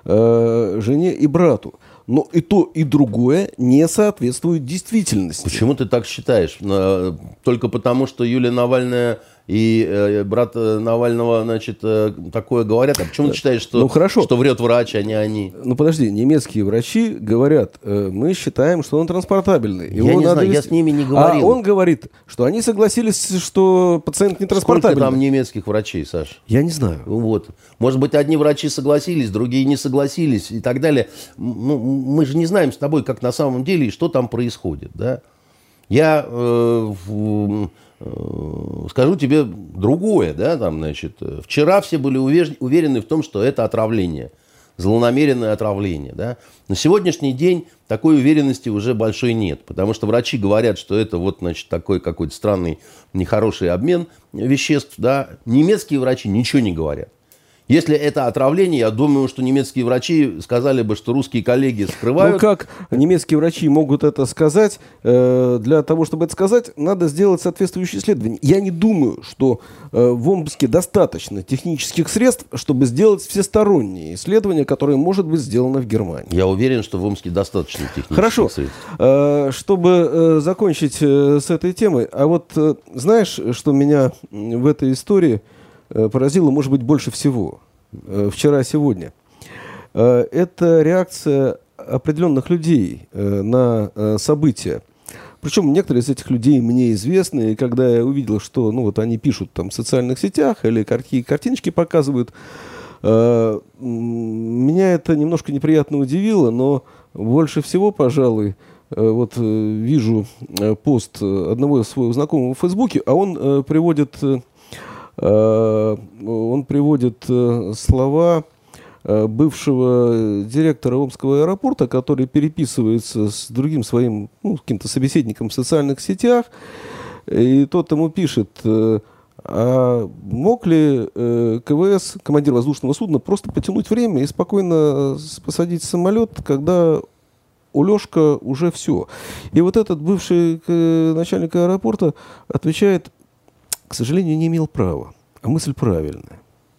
э, жене и брату. Но и то, и другое не соответствует действительности. Почему ты так считаешь? Только потому, что Юлия Навальная и э, брат Навального, значит, э, такое говорят? А почему ты считаешь, что, ну, хорошо. что врет врач, а не они? Ну, подожди, немецкие врачи говорят, э, мы считаем, что он транспортабельный. Его я не знаю, вести... я с ними не говорил. А он говорит, что они согласились, что пациент не транспортабельный. Сколько там немецких врачей, Саш? Я не знаю. Вот. Может быть, одни врачи согласились, другие не согласились и так далее. Ну, мы же не знаем с тобой, как на самом деле и что там происходит, да? Я э, в, э, скажу тебе другое, да, там, значит, вчера все были уверены в том, что это отравление, злонамеренное отравление, да. На сегодняшний день такой уверенности уже большой нет, потому что врачи говорят, что это вот, значит, такой какой-то странный, нехороший обмен веществ, да. Немецкие врачи ничего не говорят. Если это отравление, я думаю, что немецкие врачи сказали бы, что русские коллеги скрывают. Ну как немецкие врачи могут это сказать? Для того, чтобы это сказать, надо сделать соответствующие исследования. Я не думаю, что в Омске достаточно технических средств, чтобы сделать всесторонние исследования, которые, может быть, сделаны в Германии. Я уверен, что в Омске достаточно технических Хорошо. средств. Хорошо. Чтобы закончить с этой темой, а вот знаешь, что меня в этой истории поразило, может быть, больше всего вчера-сегодня? Это реакция определенных людей на события. Причем некоторые из этих людей мне известны. И когда я увидел, что ну, вот они пишут там, в социальных сетях или какие картиночки показывают, меня это немножко неприятно удивило, но больше всего, пожалуй, вот вижу пост одного своего знакомого в Фейсбуке, а он приводит... Он приводит слова бывшего директора Омского аэропорта, который переписывается с другим своим ну, каким-то собеседником в социальных сетях. И тот ему пишет, а мог ли КВС, командир воздушного судна, просто потянуть время и спокойно посадить самолет, когда у Лёшка уже все. И вот этот бывший начальник аэропорта отвечает: к сожалению, не имел права. А мысль правильная.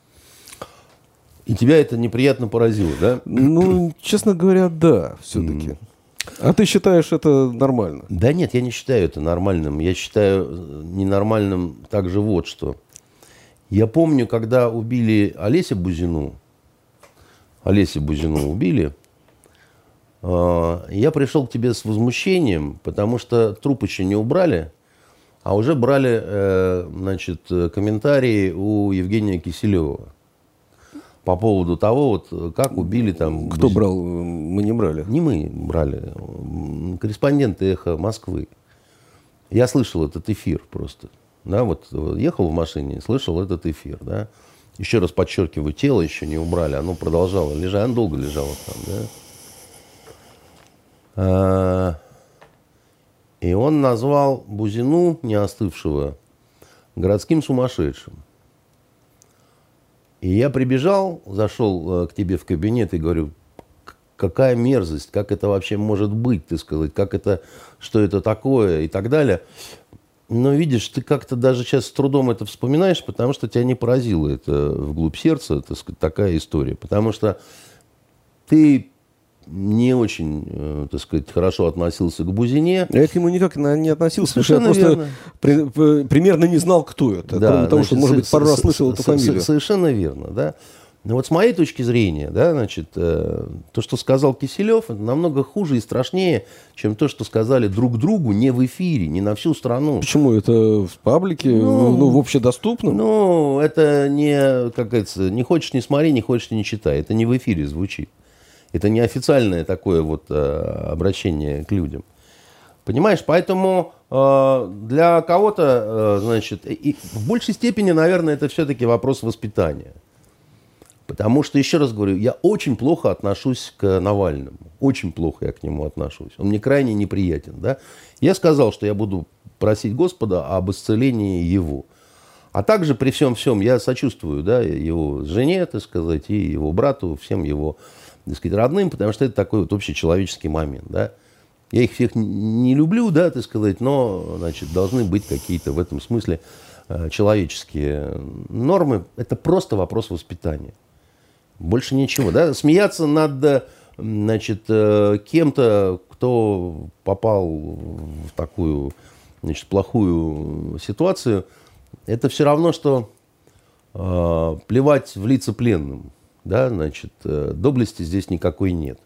И тебя это неприятно поразило, да? Ну, честно говоря, да, все-таки. Mm. А ты считаешь это нормально? Да нет, я не считаю это нормальным. Я считаю ненормальным также вот что. Я помню, когда убили Олесю Бузину, Олесю Бузину убили, я пришел к тебе с возмущением, потому что труп еще не убрали, а уже брали, э, значит, комментарии у Евгения Киселева по поводу того, вот, как убили там... Кто брал? Мы не брали. Не мы брали. Корреспонденты «Эхо Москвы». Я слышал этот эфир просто. Да, вот ехал в машине, слышал этот эфир. Да. Еще раз подчеркиваю, тело еще не убрали. Оно продолжало лежать. Оно долго лежало там. Да. А... И он назвал Бузину, не остывшего, городским сумасшедшим. И я прибежал, зашел к тебе в кабинет и говорю: какая мерзость, как это вообще может быть, ты сказать, как это, что это такое и так далее. Но видишь, ты как-то даже сейчас с трудом это вспоминаешь, потому что тебя не поразило это вглубь сердца, так сказать, такая история. Потому что ты не очень, э, так сказать, хорошо относился к Бузине. Я к нему никак не относился, Совершенно потому что я верно. просто при, примерно не знал, кто это. Да, кроме того, значит, что, может быть, пару раз слышал эту фамилию. Совершенно верно, да. Но вот с моей точки зрения, да, значит, э, то, что сказал Киселев, это намного хуже и страшнее, чем то, что сказали друг другу не в эфире, не на всю страну. Почему? Это в паблике, Ну, ну, в общедоступном? Ну, это не, как говорится, не хочешь не смотри, не хочешь не читай. Это не в эфире звучит. Это не официальное такое вот э, обращение к людям. Понимаешь, поэтому э, для кого-то, э, значит, и в большей степени, наверное, это все-таки вопрос воспитания. Потому что, еще раз говорю, я очень плохо отношусь к Навальному. Очень плохо я к нему отношусь. Он мне крайне неприятен. Да? Я сказал, что я буду просить Господа об исцелении его. А также при всем всем я сочувствую, да, его жене, так сказать, и его брату, всем его, так сказать, родным, потому что это такой вот общечеловеческий момент. Да? Я их всех не люблю, да, так сказать, но, значит, должны быть какие-то в этом смысле человеческие нормы. Это просто вопрос воспитания. Больше ничего, да? Смеяться над, значит, кем-то, кто попал в такую, значит, плохую ситуацию, это все равно, что э, плевать в лица пленным, да, значит, э, доблести здесь никакой нет.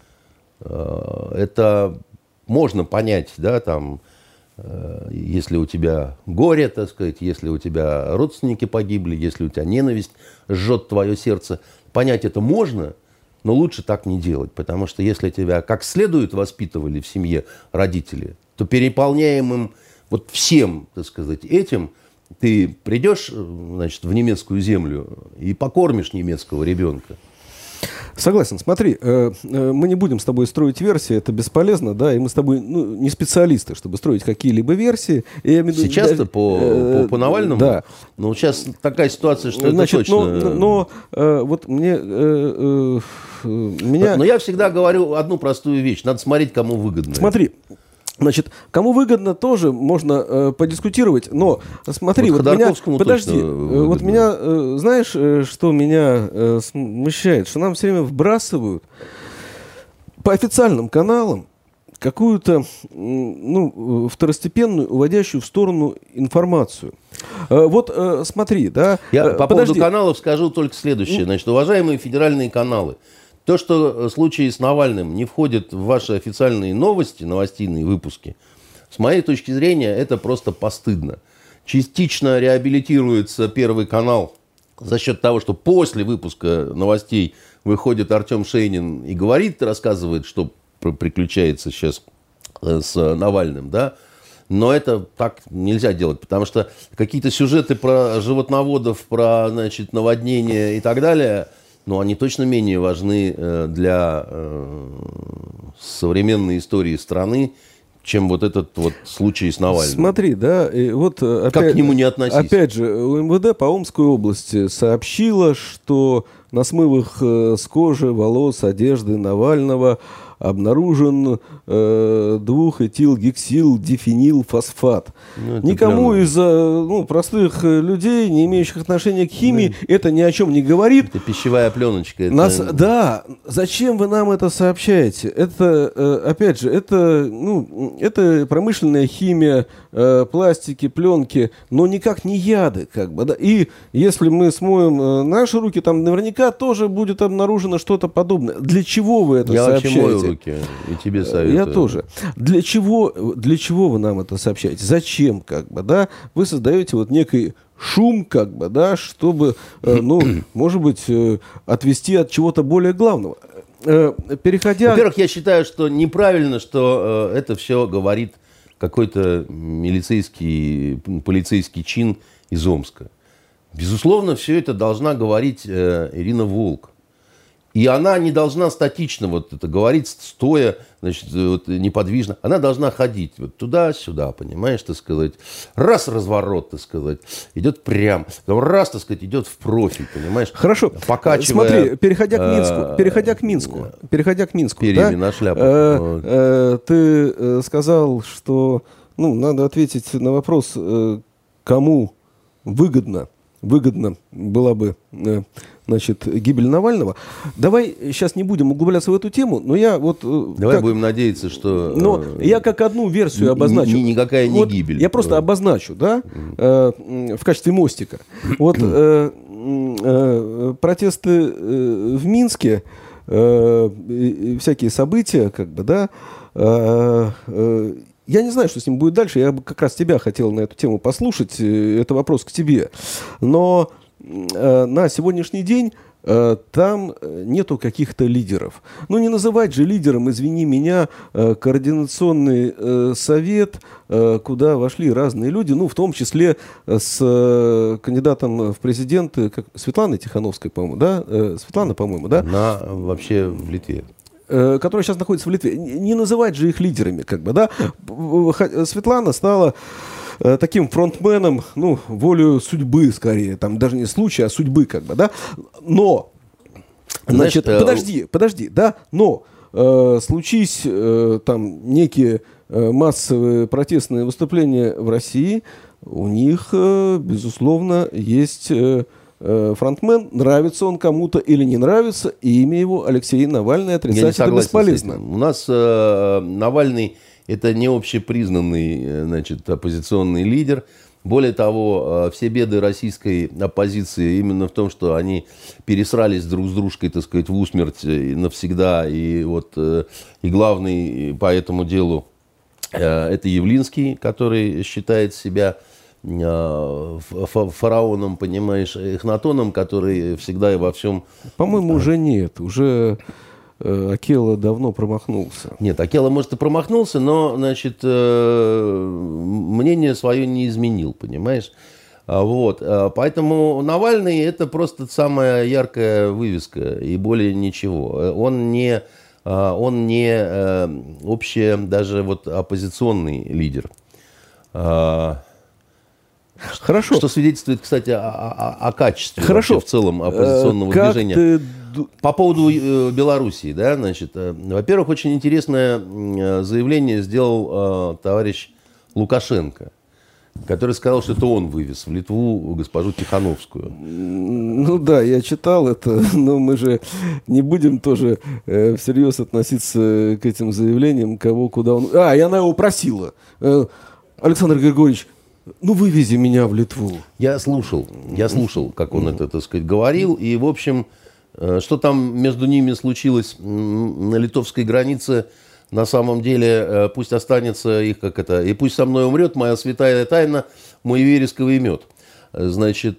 Э, это можно понять, да, там, э, если у тебя горе, так сказать, если у тебя родственники погибли, если у тебя ненависть жжет твое сердце. Понять это можно, но лучше так не делать, потому что если тебя как следует воспитывали в семье родители, то переполняемым вот всем, так сказать, этим, ты придешь, значит, в немецкую землю и покормишь немецкого ребенка. Согласен. Смотри, э, э, мы не будем с тобой строить версии, это бесполезно, да, и мы с тобой, ну, не специалисты, чтобы строить какие-либо версии. И я имею... Сейчас-то по, э, по, по Навальному? Да. Ну, сейчас такая ситуация, что Значит, это точно... Но, но э, вот мне... Э, э, меня... Но я всегда говорю одну простую вещь. Надо смотреть, кому выгодно. Смотри. Значит, кому выгодно, тоже можно э, подискутировать, но смотри, вот, вот меня, подожди, э, вот меня, э, знаешь, э, что меня э, смущает, что нам все время вбрасывают по официальным каналам какую-то, ну, второстепенную, уводящую в сторону информацию. Э, вот э, смотри, да. Я э, по подожди. поводу каналов скажу только следующее. Значит, уважаемые федеральные каналы, то, что случаи с Навальным не входят в ваши официальные новости, новостные выпуски, с моей точки зрения, это просто постыдно. Частично реабилитируется Первый канал за счет того, что после выпуска новостей выходит Артем Шейнин и говорит, рассказывает, что приключается сейчас с Навальным, да. Но это так нельзя делать, потому что какие-то сюжеты про животноводов, про, значит, наводнения и так далее... Но они точно менее важны для современной истории страны, чем вот этот вот случай с Навальным. Смотри, да, и вот опять, как к нему не относись. Опять же, УМВД по Омской области сообщило, что на смывах с кожи, волос, одежды Навального обнаружен э, двухэтилгексилдифенилфосфат. Ну, Никому прям... из ну, простых людей, не имеющих отношения к химии, да. это ни о чем не говорит. Это пищевая пленочка. Это... Нас... Да, зачем вы нам это сообщаете? Это, э, опять же, это, ну, это промышленная химия, э, пластики, пленки, но никак не яды. Как бы, да? И если мы смоем э, наши руки, там наверняка тоже будет обнаружено что-то подобное. Для чего вы это Я сообщаете? И тебе советую. Я тоже. Для чего, для чего вы нам это сообщаете? Зачем, как бы, да? Вы создаете вот некий шум, как бы, да, чтобы, э, ну, может быть, э, отвести от чего-то более главного. Э, переходя... Во-первых, я считаю, что неправильно, что э, это все говорит какой-то милицейский, полицейский чин из Омска. Безусловно, все это должна говорить э, Ирина Волк. И она не должна статично вот это говорить, стоя, значит, вот, неподвижно. Она должна ходить вот туда-сюда, понимаешь, так сказать. Раз разворот, так сказать, идет прям. Раз, так сказать, идет в профиль, понимаешь. Хорошо. Покачивая... Смотри, переходя к Минску, переходя к Минску, переходя к Минску, перьями да? на шляпу. Э, вот. э, ты э, сказал, что, ну, надо ответить на вопрос, э, кому выгодно, выгодно была бы э, значит, гибель Навального. Давай сейчас не будем углубляться в эту тему, но я вот... Давай как, будем надеяться, что... Но э, я как одну версию обозначу. Ни, никакая не вот гибель. Я просто обозначу, да, э, в качестве мостика. Вот э, э, протесты э, в Минске, э, э, всякие события, как бы, да, э, э, я не знаю, что с ним будет дальше. Я бы как раз тебя хотел на эту тему послушать. Это вопрос к тебе. Но э, на сегодняшний день э, там нету каких-то лидеров. Ну, не называть же лидером, извини меня, э, координационный э, совет, э, куда вошли разные люди, ну, в том числе с э, кандидатом в президенты, как, Светланой Тихановской, по-моему, да? Э, Светлана, по-моему, да? Она вообще в Литве. Которые сейчас находятся в Литве. Не называть же их лидерами, как бы, да. Светлана стала э, таким фронтменом, ну, волею судьбы, скорее, там, даже не случая, а судьбы, как бы, да. Но, значит, Знаешь, подожди, подожди, да, но э, случись э, там некие э, массовые протестные выступления в России, у них, э, безусловно, есть... Э, фронтмен, нравится он кому-то или не нравится, имя его Алексей Навальный отрицать это бесполезно. У нас э, Навальный это не общепризнанный, значит, оппозиционный лидер. Более того, э, все беды российской оппозиции именно в том, что они пересрались друг с дружкой, так сказать, в усмерть навсегда. И вот э, и главный по этому делу э, это Явлинский, который считает себя фараоном, понимаешь, Эхнатоном, который всегда и во всем... По-моему, уже нет. Уже э, Акела давно промахнулся. Нет, Акела, может, и промахнулся, но, значит, э, мнение свое не изменил, понимаешь? Вот. Поэтому Навальный – это просто самая яркая вывеска и более ничего. Он не, он не общий, даже вот оппозиционный лидер. Хорошо. Что свидетельствует, кстати, о, о, о качестве Хорошо. в целом оппозиционного как движения. Ты... По поводу э, Белоруссии, да, значит, э, во-первых, очень интересное э, заявление сделал э, товарищ Лукашенко, который сказал, что это он вывез в Литву госпожу Тихановскую. Ну да, я читал это, но мы же не будем тоже э, всерьез относиться к этим заявлениям, кого куда он... А, и она его просила. Э, Александр Григорьевич, ну, вывези меня в Литву. Я слушал, я слушал, как он это, так сказать, говорил. И, в общем, что там между ними случилось на литовской границе, на самом деле, пусть останется их, как это, и пусть со мной умрет моя святая тайна, мой вересковый мед. Значит,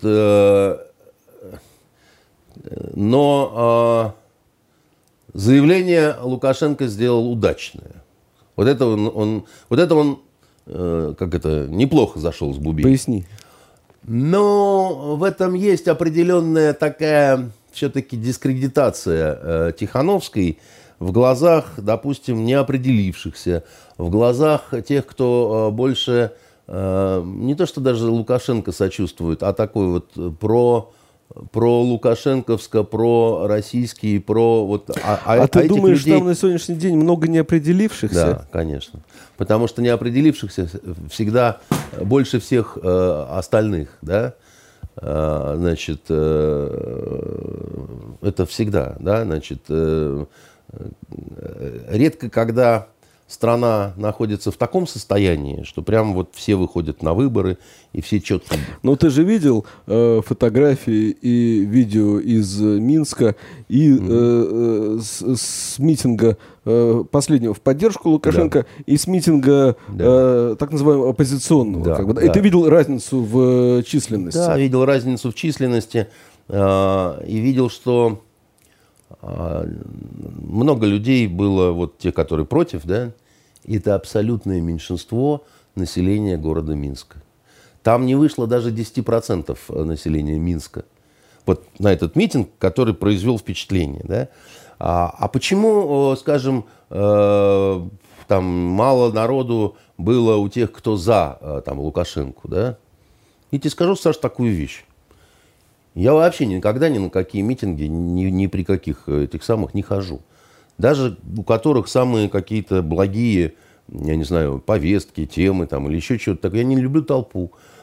но заявление Лукашенко сделал удачное. Вот это он, он, вот это он как это, неплохо зашел с Бубей. Поясни. Но в этом есть определенная такая все-таки дискредитация э, Тихановской в глазах, допустим, неопределившихся, в глазах тех, кто э, больше, э, не то что даже Лукашенко сочувствует, а такой вот про... про лукашенковско, про российский, про вот... А, а, а ты думаешь, людей... там на сегодняшний день много неопределившихся? Да, конечно. Потому что неопределившихся всегда больше всех э, остальных, да? Э, значит, э, это всегда, да? Значит, э, редко, когда страна находится в таком состоянии, что прям вот все выходят на выборы и все четко... Ну, ты же видел э, фотографии и видео из Минска и mm-hmm. э, с, с митинга э, последнего в поддержку Лукашенко, да. и с митинга да. э, так называемого оппозиционного. Да, как бы. да. И ты видел разницу в э, численности? Да, видел разницу в численности э, и видел, что э, много людей было, вот те, которые против, да, это абсолютное меньшинство населения города Минска. Там не вышло даже десять процентов населения Минска. Вот на этот митинг, который произвел впечатление. Да? А, а почему, скажем, э, там мало народу было у тех, кто за там, Лукашенко? Да? Я тебе скажу, Саш, такую вещь. Я вообще никогда ни на какие митинги, ни, ни при каких этих самых не хожу. Даже у которых самые какие-то благие, я не знаю, повестки, темы там, или еще что-то такое. Я не люблю толпу.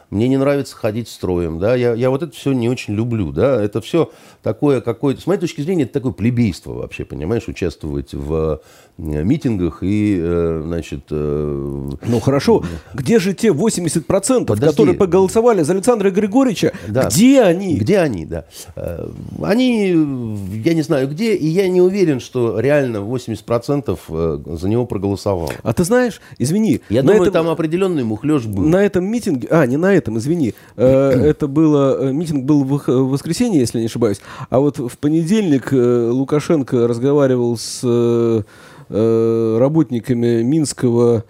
мне не нравится ходить строем, да, я, я вот это все не очень люблю, да, это все такое какое-то, с моей точки зрения, это такое плебейство вообще, понимаешь, участвовать в митингах и, значит... Ну, хорошо, где же те восемьдесят процентов, Подожди. которые проголосовали за Александра Григорьевича, да. где они? Где они, да. Они, я не знаю где, и я не уверен, что реально восемьдесят процентов за него проголосовало. А ты знаешь, извини... Я думаю, этом, там определенный мухлёж был. На этом митинге... А, не на этом, извини. Это было... Митинг был в воскресенье, если не ошибаюсь. А вот в понедельник Лукашенко разговаривал с работниками Минского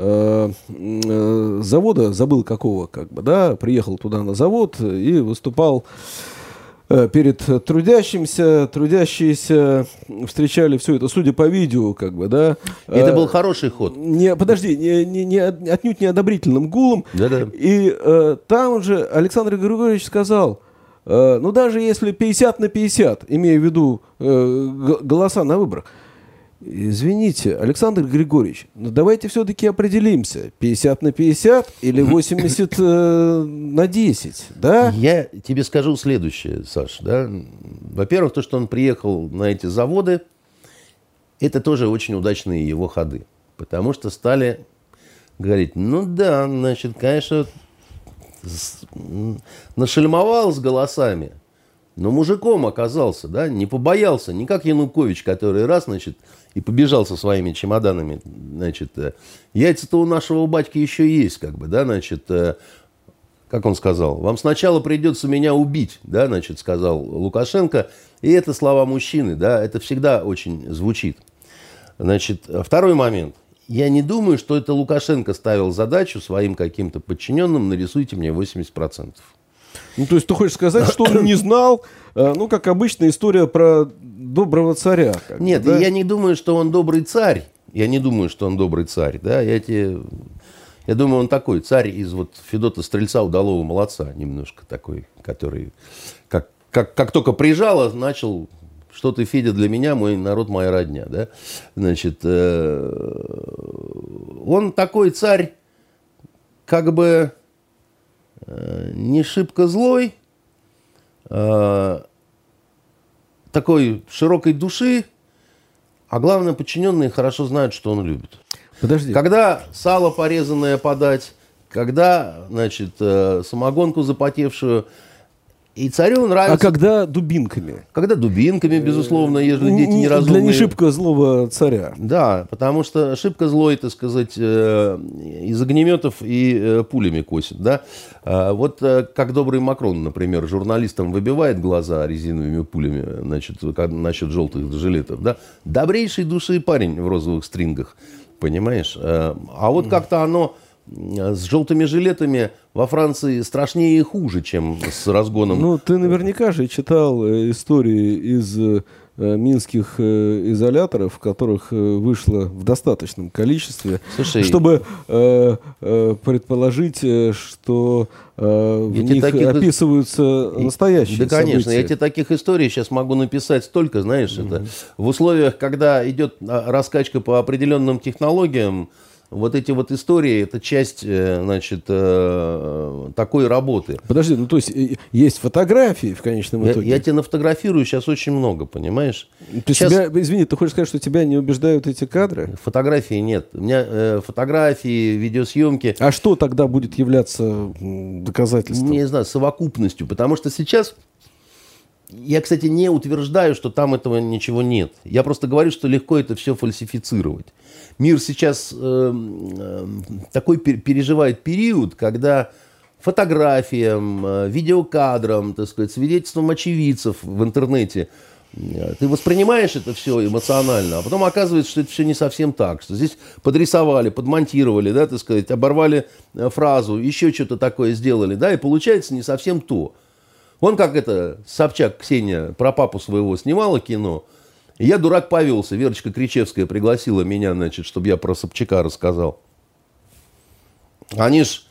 завода, забыл какого, как бы, да, приехал туда на завод и выступал перед трудящимся, трудящиеся встречали все это, судя по видео, как бы, да. Это был хороший ход. Не, подожди, не, не, не, отнюдь неодобрительным гулом. Да-да. И э, там же Александр Григорьевич сказал, э, ну даже если пятьдесят на пятьдесят, имея в виду э, голоса на выборах, извините, Александр Григорьевич, ну давайте все-таки определимся, пятьдесят на пятьдесят или восемьдесят на десять, да? Я тебе скажу следующее, Саш, да. Во-первых, то, что он приехал на эти заводы, это тоже очень удачные его ходы, потому что стали говорить, ну да, значит, конечно, нашельмовал с голосами, но мужиком оказался, да, не побоялся, не как Янукович, который раз, значит, и побежал со своими чемоданами, значит, яйца-то у нашего батьки еще есть, как бы, да, значит, как он сказал, вам сначала придется меня убить, да, значит, сказал Лукашенко, и это слова мужчины, да, это всегда очень звучит. Значит, второй момент. Я не думаю, что это Лукашенко ставил задачу своим каким-то подчиненным, нарисуйте мне восемьдесят процентов. Ну, то есть ты хочешь сказать, что он не знал, ну, как обычная история про доброго царя. Нет, да? Я не думаю, что он добрый царь. Я не думаю, что он добрый царь. Да? Я, тебе... я думаю, он такой царь из вот Федота Стрельца, удалого молодца, немножко такой, который как, как, как только прижало, начал... Что ты, Федя, для меня, мой народ, моя родня. Да? Значит, э, он такой царь, как бы э, не шибко злой, э, такой широкой души, а главное, подчиненные хорошо знают, что он любит. Подожди. Когда сало порезанное подать, когда, значит, э, самогонку запотевшую. И царю нравится... А когда дубинками? Когда дубинками, безусловно, если дети неразумные. Для не шибко злого царя. Да, потому что шибко злой, так сказать, из огнеметов и пулями косит. Да? Вот как добрый Макрон, например, журналистам выбивает глаза резиновыми пулями, значит, насчет желтых жилетов. Да? Добрейшей души парень в розовых стрингах, понимаешь? А вот как-то оно... с желтыми жилетами во Франции страшнее и хуже, чем с разгоном. Ну, ты наверняка же читал э, истории из э, минских э, изоляторов, в которых э, вышло в достаточном количестве, Слушай, чтобы э, э, предположить, э, что э, в них таких... описываются настоящие события. Да, конечно. события. Я тебе таких историй сейчас могу написать столько, знаешь, mm-hmm. это в условиях, когда идет раскачка по определенным технологиям. Вот эти вот истории, это часть, значит, такой работы. Подожди, ну то есть есть фотографии в конечном итоге? Я, я тебе нафотографирую сейчас очень много, понимаешь? Ты сейчас... себя, извини, ты хочешь сказать, что тебя не убеждают эти кадры? Фотографии нет. У меня э, фотографии, видеосъемки. А что тогда будет являться доказательством? Не знаю, совокупностью. Потому что сейчас... Я, кстати, не утверждаю, что там этого ничего нет. Я просто говорю, что легко это все фальсифицировать. Мир сейчас э, э, такой пер- переживает период, когда фотографиям, э, видеокадрам, так сказать, свидетельствам очевидцев в интернете э, ты воспринимаешь это все эмоционально, а потом оказывается, что это все не совсем так, что здесь подрисовали, подмонтировали, да, так сказать, оборвали э, фразу, еще что-то такое сделали, да, и получается не совсем то. Он как это, Собчак Ксения про папу своего снимала кино. И я, дурак, повелся. Верочка Кричевская пригласила меня, значит, чтобы я про Собчака рассказал. Они ж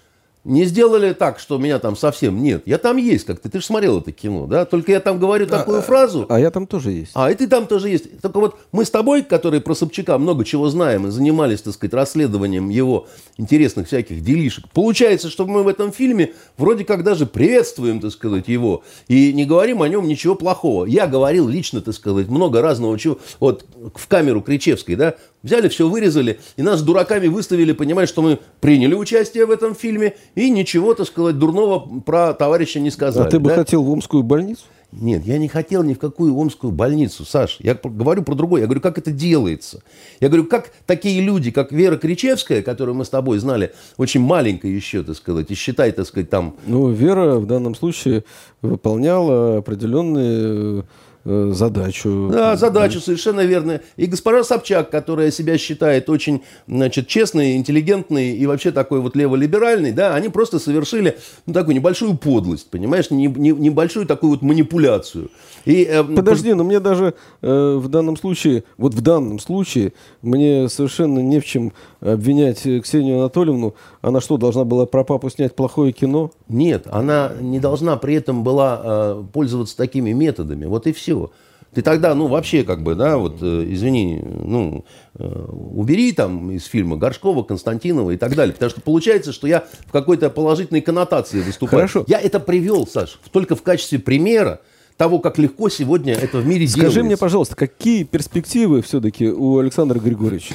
Не сделали так, что меня там совсем нет. Я там есть как-то. Ты же смотрел это кино, да? Только я там говорю такую а, фразу. А я там тоже есть. А, и ты там тоже есть. Только вот мы с тобой, которые про Собчака много чего знаем и занимались, так сказать, расследованием его интересных всяких делишек, получается, что мы в этом фильме вроде как даже приветствуем, так сказать, его и не говорим о нем ничего плохого. Я говорил лично, так сказать, много разного чего. Вот в камеру Кричевской, да, взяли, все вырезали, и нас дураками выставили, понимаешь, что мы приняли участие в этом фильме и ничего, так сказать, дурного про товарища не сказали. А ты бы да? хотел в Омскую больницу? Нет, я не хотел ни в какую омскую больницу, Саш. Я говорю про другое. Я говорю, как это делается. Я говорю, как такие люди, как Вера Кричевская, которую мы с тобой знали, очень маленькая еще, так сказать, и считай, так сказать, там... Ну, Вера в данном случае выполняла определенные... задачу. Да, задачу, совершенно верно. И госпожа Собчак, которая себя считает очень, значит, честной, интеллигентной и вообще такой вот леволиберальной, да, они просто совершили, ну, такую небольшую подлость, понимаешь, не, не, небольшую такую вот манипуляцию. И, э, Подожди, но мне даже э, в данном случае, вот в данном случае, мне совершенно не в чем обвинять Ксению Анатольевну. Она что, должна была про папу снять плохое кино? Нет, она не должна при этом была э, пользоваться такими методами. Вот и все. Ты тогда, ну, вообще, как бы, да, вот, э, извини, ну, э, убери там из фильма Горшкова, Константинова и так далее. Потому что получается, что я в какой-то положительной коннотации выступаю. Хорошо. Я это привел, Саш, только в качестве примера того, как легко сегодня это в мире Скажи делается. мне, пожалуйста, какие перспективы все-таки у Александра Григорьевича?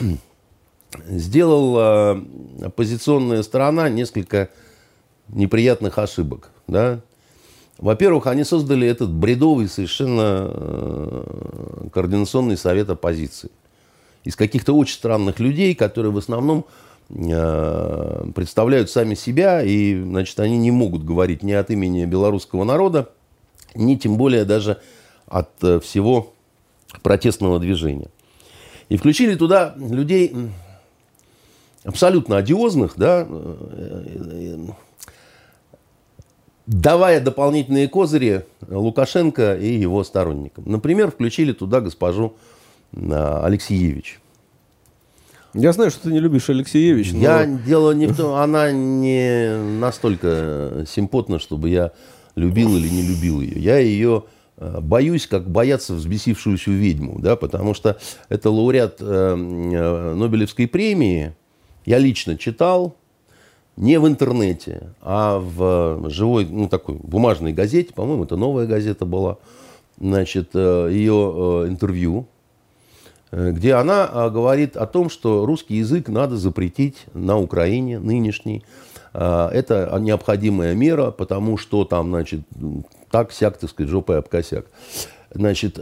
Сделала оппозиционная сторона несколько неприятных ошибок. Да? Во-первых, они создали этот бредовый совершенно координационный совет оппозиции. Из каких-то очень странных людей, которые в основном представляют сами себя, и, значит, они не могут говорить ни от имени белорусского народа, ни тем более даже от всего протестного движения. И включили туда людей абсолютно одиозных, да, давая дополнительные козыри Лукашенко и его сторонникам. Например, включили туда госпожу Алексеевич. Я знаю, что ты не любишь Алексеевич, но... Я, дело не в том, она не настолько симпотна, чтобы я любил или не любил ее. Я ее боюсь, как боятся взбесившуюся ведьму, да, потому что это лауреат э, Нобелевской премии. Я лично читал, не в интернете, а в живой, ну, такой бумажной газете, по-моему, это «Новая газета» была, значит, ее интервью, где она говорит о том, что русский язык надо запретить на Украине нынешний. Это необходимая мера, потому что там, значит, так-сяк, так сказать, жопой об косяк. Значит,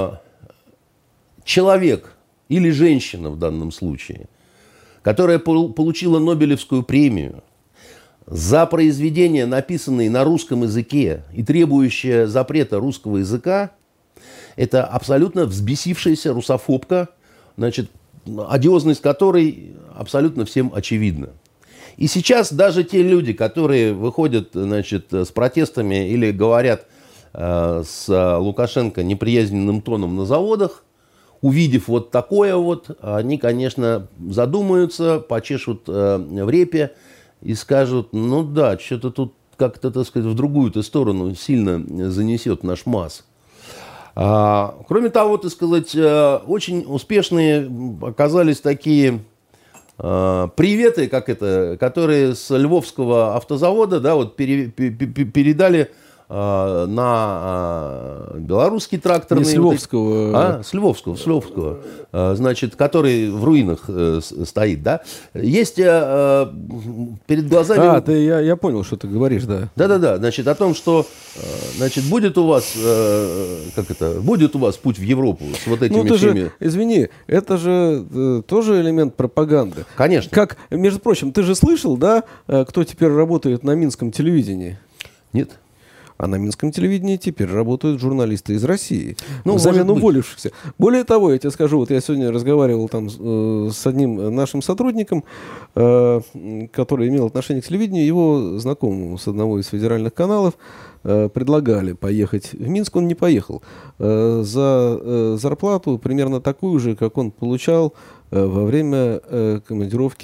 человек или женщина в данном случае, которая получила Нобелевскую премию за произведения, написанные на русском языке и требующие запрета русского языка, это абсолютно взбесившаяся русофобка, значит, одиозность которой абсолютно всем очевидна. И сейчас даже те люди, которые выходят, значит, с протестами или говорят э, с Лукашенко неприязненным тоном на заводах, увидев вот такое вот, они, конечно, задумаются, почешут э, в репе и скажут, ну да, что-то тут как-то, так сказать, в другую-то сторону сильно занесет наш МАЗ. А, кроме того, так сказать, очень успешные оказались такие а, приветы, как это, которые с Львовского автозавода, да, вот пере, пере, передали а, на а, белорусский тракторный. Не с Львовского. Вот, а, с Львовского, с Львовского, а, значит, который в руинах э, стоит, да. Есть э, перед глазами... А, ты, я, я понял, что ты говоришь, да. Да-да-да, значит, о том, что, значит, будет у вас, э, как это, будет у вас путь в Европу с вот этими ну, ты всеми... же, извини, это же э, тоже элемент пропаганды. Конечно. Как, между прочим, ты же слышал, да, э, кто теперь работает на минском телевидении? Нет. А на минском телевидении теперь работают журналисты из России, ну, взамен уволившихся. Более того, я тебе скажу, вот я сегодня разговаривал там э, с одним нашим сотрудником, э, который имел отношение к телевидению, его знакомому с одного из федеральных каналов э, предлагали поехать в Минск, он не поехал. Э, за э, зарплату примерно такую же, как он получал э, во время э, командировки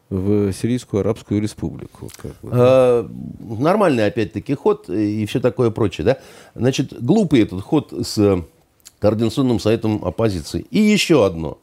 в Сирийскую Арабскую Республику. Как бы, да? А, нормальный, опять-таки, ход и все такое прочее. Да? Значит, глупый этот ход с Координационным советом оппозиции. И еще одно.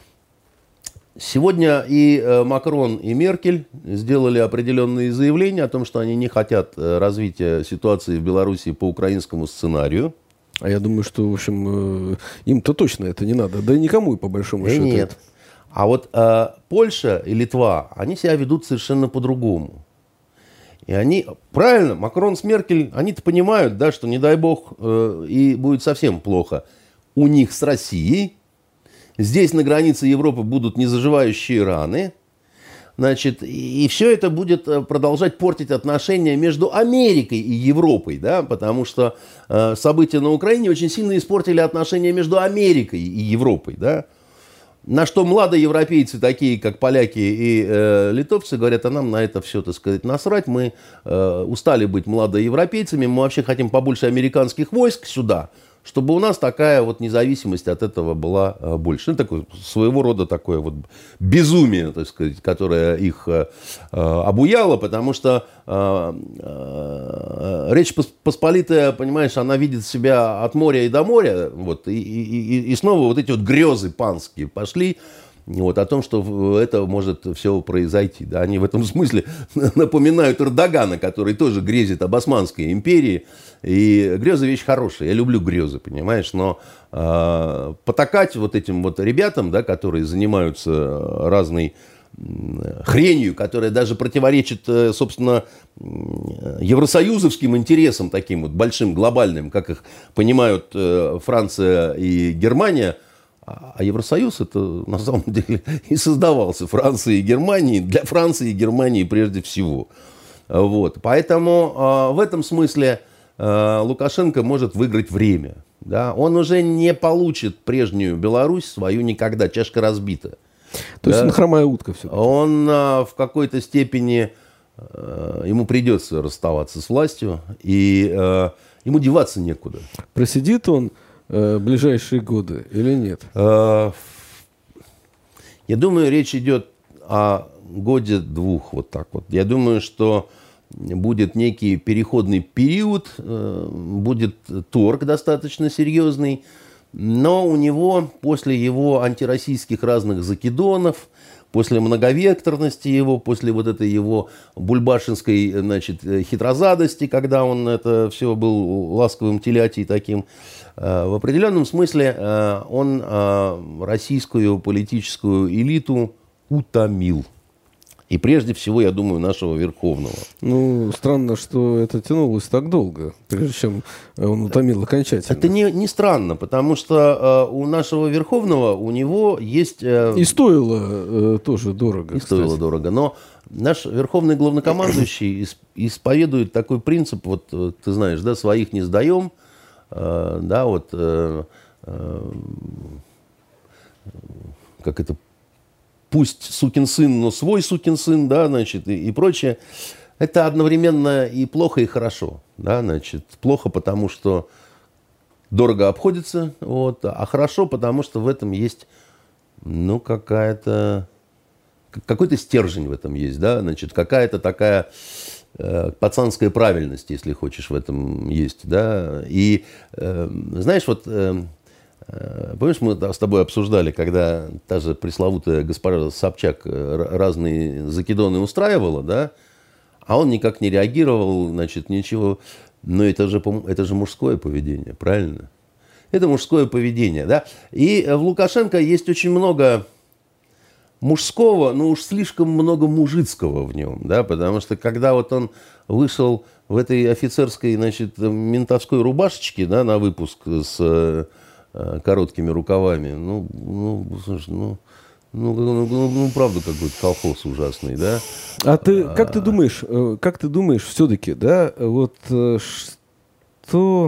Сегодня и Макрон, и Меркель сделали определенные заявления о том, что они не хотят развития ситуации в Беларуси по украинскому сценарию. А я думаю, что, в общем, им-то точно это не надо. Да и никому, по большому Да счету. нет. Это. А вот э, Польша и Литва, они себя ведут совершенно по-другому. И они, правильно, Макрон с Меркель, они-то понимают, да, что, не дай бог, э, и будет совсем плохо у них с Россией. Здесь на границе Европы будут незаживающие раны. Значит, и все это будет продолжать портить отношения между Америкой и Европой, да, потому что э, события на Украине очень сильно испортили отношения между Америкой и Европой, да. На что младые европейцы, такие как поляки и э, литовцы, говорят, а нам на это все, так сказать, насрать. Мы э, устали быть младоевропейцами, мы вообще хотим побольше американских войск сюда, чтобы у нас такая вот независимость от этого была э, больше. Ну, такое, своего рода такое вот безумие, так сказать, которое их э, обуяло, потому что э, э, Речь Посполитая, понимаешь, она видит себя от моря и до моря, вот, и, и, и снова вот эти вот грезы панские пошли, вот, о том, что это может все произойти. Да? Они в этом смысле напоминают Эрдогана, который тоже грезит об Османской империи. И грезы вещь хорошая. Я люблю грезы, понимаешь, но э, потакать вот этим вот ребятам, да, которые занимаются разной хренью, которая даже противоречит, собственно, евросоюзовским интересам таким вот большим, глобальным, как их понимают Франция и Германия. А Евросоюз это на самом деле и создавался Францией и Германией, для Франции и Германии прежде всего. Вот. Поэтому в этом смысле Лукашенко может выиграть время. Да? Он уже не получит прежнюю Беларусь свою никогда, чашка разбита. То есть да? он хромая утка все-таки. Он в какой-то степени, ему придется расставаться с властью, и ему деваться некуда. Просидит он э, ближайшие годы или нет? Я думаю, речь идет о годе двух, вот так вот. Я думаю, что будет некий переходный период, будет торг достаточно серьезный, но у него после его антироссийских разных закидонов, после многовекторности его, после вот этой его бульбашинской, значит, хитрозадости, когда он это все был ласковым телятей таким, в определенном смысле он российскую политическую элиту утомил. И прежде всего, я думаю, нашего Верховного. Ну, странно, что это тянулось так долго, прежде чем он утомил окончательно. Это не, не странно, потому что э, у нашего Верховного, у него есть... Э, и стоило э, тоже дорого. И кстати. стоило дорого. Но наш Верховный Главнокомандующий исповедует такой принцип, вот ты знаешь, да, своих не сдаем, э, да, вот... Э, э, как это... Пусть сукин сын, но свой сукин сын, да, значит, и, и прочее. Это одновременно и плохо, и хорошо, да, значит, плохо, потому что дорого обходится, вот, а хорошо, потому что в этом есть, ну, какая-то, какой-то стержень в этом есть, да, значит, какая-то такая э, пацанская правильность, если хочешь, в этом есть, да, и, э, знаешь, вот... Э, Помнишь, мы с тобой обсуждали, когда та же пресловутая госпожа Собчак разные закидоны устраивала, да, а он никак не реагировал, значит, ничего. Но это же, это же мужское поведение, правильно? Это мужское поведение, да. И в Лукашенко есть очень много мужского, но уж слишком много мужицкого в нем, да, потому что когда вот он вышел в этой офицерской, значит, ментовской рубашечке, да, на выпуск с... короткими рукавами. Ну, ну, слушай, ну, ну, ну, ну, ну, правда, какой-то колхоз ужасный, да? А ты, как ты думаешь, как ты думаешь, все-таки, да, вот что...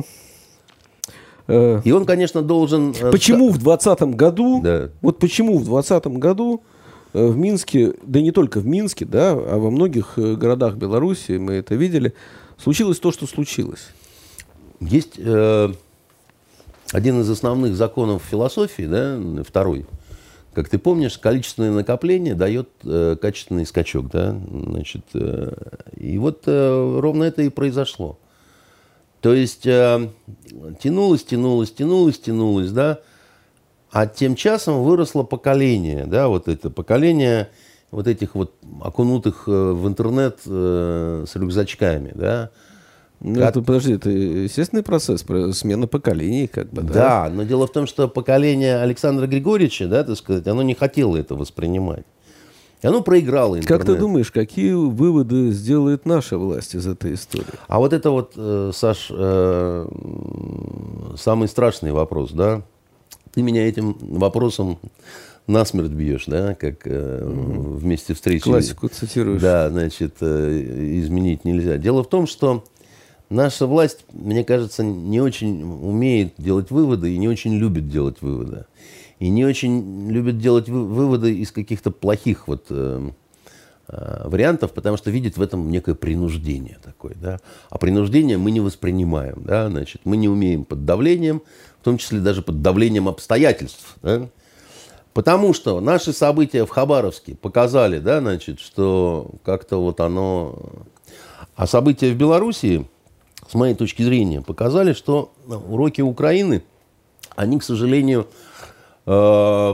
И он, конечно, должен... Почему в двадцатом году, да. вот почему в двадцатом году в Минске, да не только в Минске, да, а во многих городах Беларуси, мы это видели, случилось то, что случилось? Есть... Э- Один из основных законов философии, да, второй, как ты помнишь, количественное накопление дает э, качественный скачок, да, значит, э, и вот э, ровно это и произошло. То есть э, тянулось, тянулось, тянулось, тянулось, да, а тем часом выросло поколение, да, вот это поколение вот этих вот окунутых э, в интернет э, с рюкзачками, да. Ну, это, подожди, это естественный процесс, смена поколений, как бы, да? Да, но дело в том, что поколение Александра Григорьевича, да, так сказать, оно не хотело это воспринимать. И оно проиграло интернет. Как ты думаешь, какие выводы сделает наша власть из этой истории? А вот это вот, э, Саш, э, самый страшный вопрос, да? Ты меня этим вопросом насмерть бьешь, да, как э, mm-hmm. вместе встречи. Классику цитируешь. Да, значит, э, изменить нельзя. Дело в том, что наша власть, мне кажется, не очень умеет делать выводы и не очень любит делать выводы. И не очень любит делать выводы из каких-то плохих вот, э, э, вариантов, потому что видит в этом некое принуждение такое. Да? А принуждение мы не воспринимаем. Да? Значит, мы не умеем под давлением, в том числе даже под давлением обстоятельств. Да? Потому что наши события в Хабаровске показали, да, значит, что как-то вот оно... А события в Белоруссии, с моей точки зрения, показали, что уроки Украины, они, к сожалению, э,